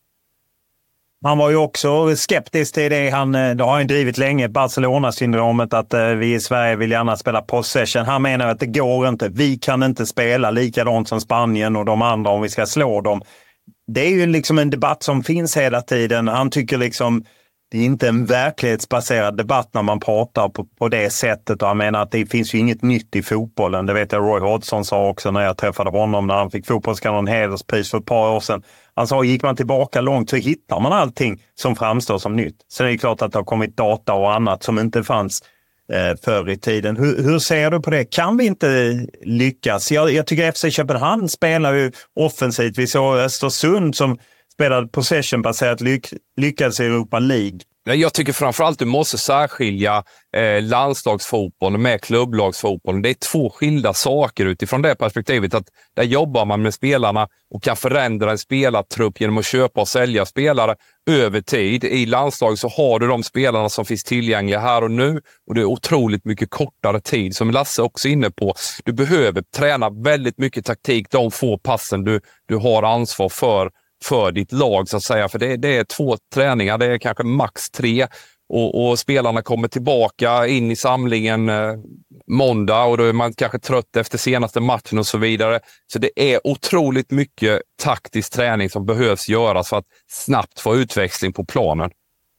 Speaker 10: Han var ju också skeptisk till det. Han, det har han drivit länge, Barcelona-syndromet, att vi i Sverige vill gärna spela possession. Han menar att det går inte. Vi kan inte spela likadant som Spanien och de andra om vi ska slå dem. Det är ju liksom en debatt som finns hela tiden. Han tycker liksom det är inte en verklighetsbaserad debatt när man pratar på, på det sättet. Och jag menar att det finns ju inget nytt i fotbollen. Det vet jag Roy Hodgson sa också när jag träffade honom när han fick fotbollskanon hederspris för ett par år sedan. Han sa, gick man tillbaka långt så hittar man allting som framstår som nytt. Sen är det klart att det har kommit data och annat som inte fanns eh, förr i tiden. Hur, hur ser du på det? Kan vi inte lyckas? Jag, jag tycker F C Köpenhamn spelar ju offensivt. Vi såg Östersund som spelade possession-baserat lyck, lyckades i Europa League.
Speaker 11: Jag tycker framförallt du måste särskilja eh, landslagsfotbollen med klubblagsfotbollen. Det är två skilda saker utifrån det perspektivet. Att där jobbar man med spelarna och kan förändra en spelartrupp genom att köpa och sälja spelare över tid. I landslag så har du de spelarna som finns tillgängliga här och nu, och det är otroligt mycket kortare tid. Som Lasse också är inne på, du behöver träna väldigt mycket taktik de få passen du, du har ansvar för för ditt lag så att säga, för det, det är två träningar, det är kanske max tre och, och spelarna kommer tillbaka in i samlingen eh, måndag och då är man kanske trött efter senaste matchen och så vidare, så det är otroligt mycket taktisk träning som behövs göras för att snabbt få utväxling på planen.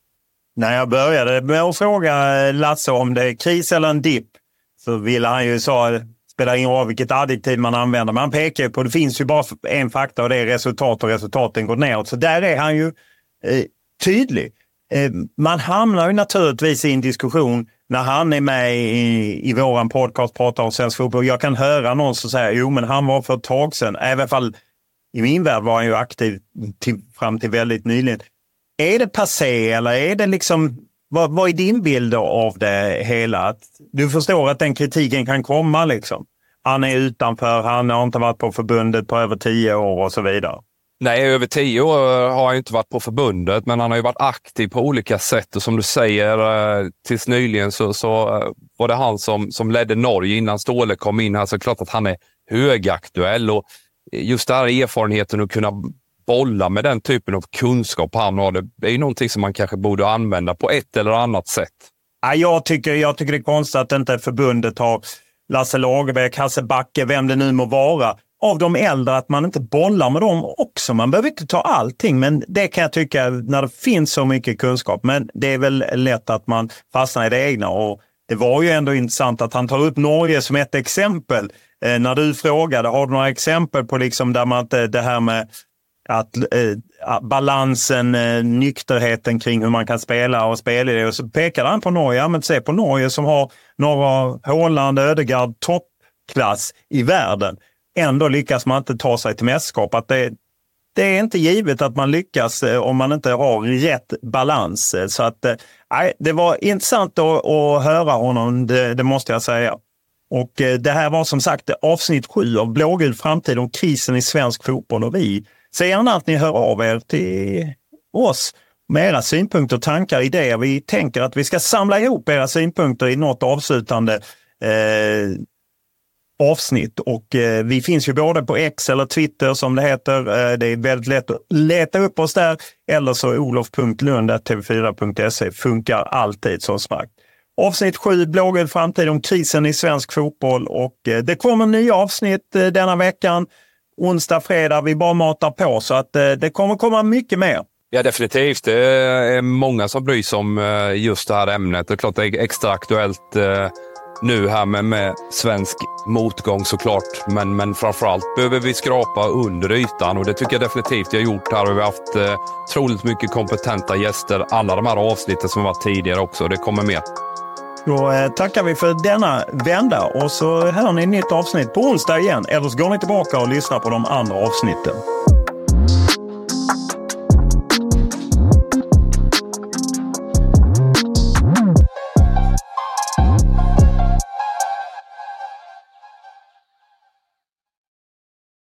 Speaker 10: När jag började med att fråga Lasse om det är kris eller en dipp så ville han ju säga spelar ingen roll vilket adjektiv man använder. Man pekar ju på, det finns ju bara en faktor och det är resultat, och resultaten går neråt. Så där är han ju eh, tydlig. Eh, man hamnar ju naturligtvis i en diskussion när han är med i, i våran podcast pratar om svensk fotboll. Jag kan höra någon som säger, jo men han var för ett tag sedan. Även fall i min värld var han ju aktiv till, fram till väldigt nyligen. Är det passé eller är det liksom, vad, vad är din bild av det hela? Att du förstår att den kritiken kan komma liksom. Han är utanför, han har inte varit på förbundet på över tio år och så vidare.
Speaker 11: Nej, över tio år har han inte varit på förbundet, men han har ju varit aktiv på olika sätt. Och som du säger, tills nyligen så, så var det han som, som ledde Norge innan Ståle kom in här. Så klart att han är högaktuell, och just den här erfarenheten att kunna bolla med den typen av kunskap han har, det är ju någonting som man kanske borde använda på ett eller annat sätt.
Speaker 10: Ja, jag, tycker, jag tycker det är konstigt att inte förbundet har Lasse Lagerbäck, Hasse Backe, vem det nu må vara, av de äldre, att man inte bollar med dem också. Man behöver inte ta allting, men det kan jag tycka när det finns så mycket kunskap. Men det är väl lätt att man fastnar i det egna, och det var ju ändå intressant att han tar upp Norge som ett exempel. Eh, när du frågade, har du några exempel på liksom där man inte, det här med att eh, balansen, eh, nykterheten kring hur man kan spela och spela det, och så pekade han på Norge. Ja, men se på Norge som har några Haaland, Ödegaard, toppklass i världen. Ändå lyckas man inte ta sig till mästerskap. Att det, det är inte givet att man lyckas eh, om man inte har rätt balans. Så att eh, det var intressant att, att höra honom, det, det måste jag säga. Och eh, det här var som sagt avsnitt sju av Blågul framtid om krisen i svensk fotboll, och vi ser gärna att ni hör av er till oss med era synpunkter, tankar, idéer. Vi tänker att vi ska samla ihop era synpunkter i något avslutande eh, avsnitt. Och eh, vi finns ju både på X eller Twitter som det heter. Eh, det är väldigt lätt att leta upp oss där. Eller så olof punkt lund snabel-a t v fyra punkt se funkar alltid som sagt. Avsnitt sju, Blågul framtid om krisen i svensk fotboll. Och eh, det kommer nya avsnitt eh, denna veckan. Onsdag, fredag, vi bara matar på, så att eh, det kommer komma mycket mer.
Speaker 11: Ja, definitivt. Det är många som bryr sig om just det här ämnet. Det är klart det är extra aktuellt nu här med, med svensk motgång såklart. Men, men framförallt behöver vi skrapa under ytan och det tycker jag definitivt jag har gjort här. Vi har haft eh, troligt mycket kompetenta gäster. Alla de här avsnitten som var tidigare också. Det kommer mer.
Speaker 10: Då eh, tackar vi för denna vända och så hör ni ett nytt avsnitt på onsdag igen. Eller så går ni tillbaka och lyssnar på de andra avsnitten.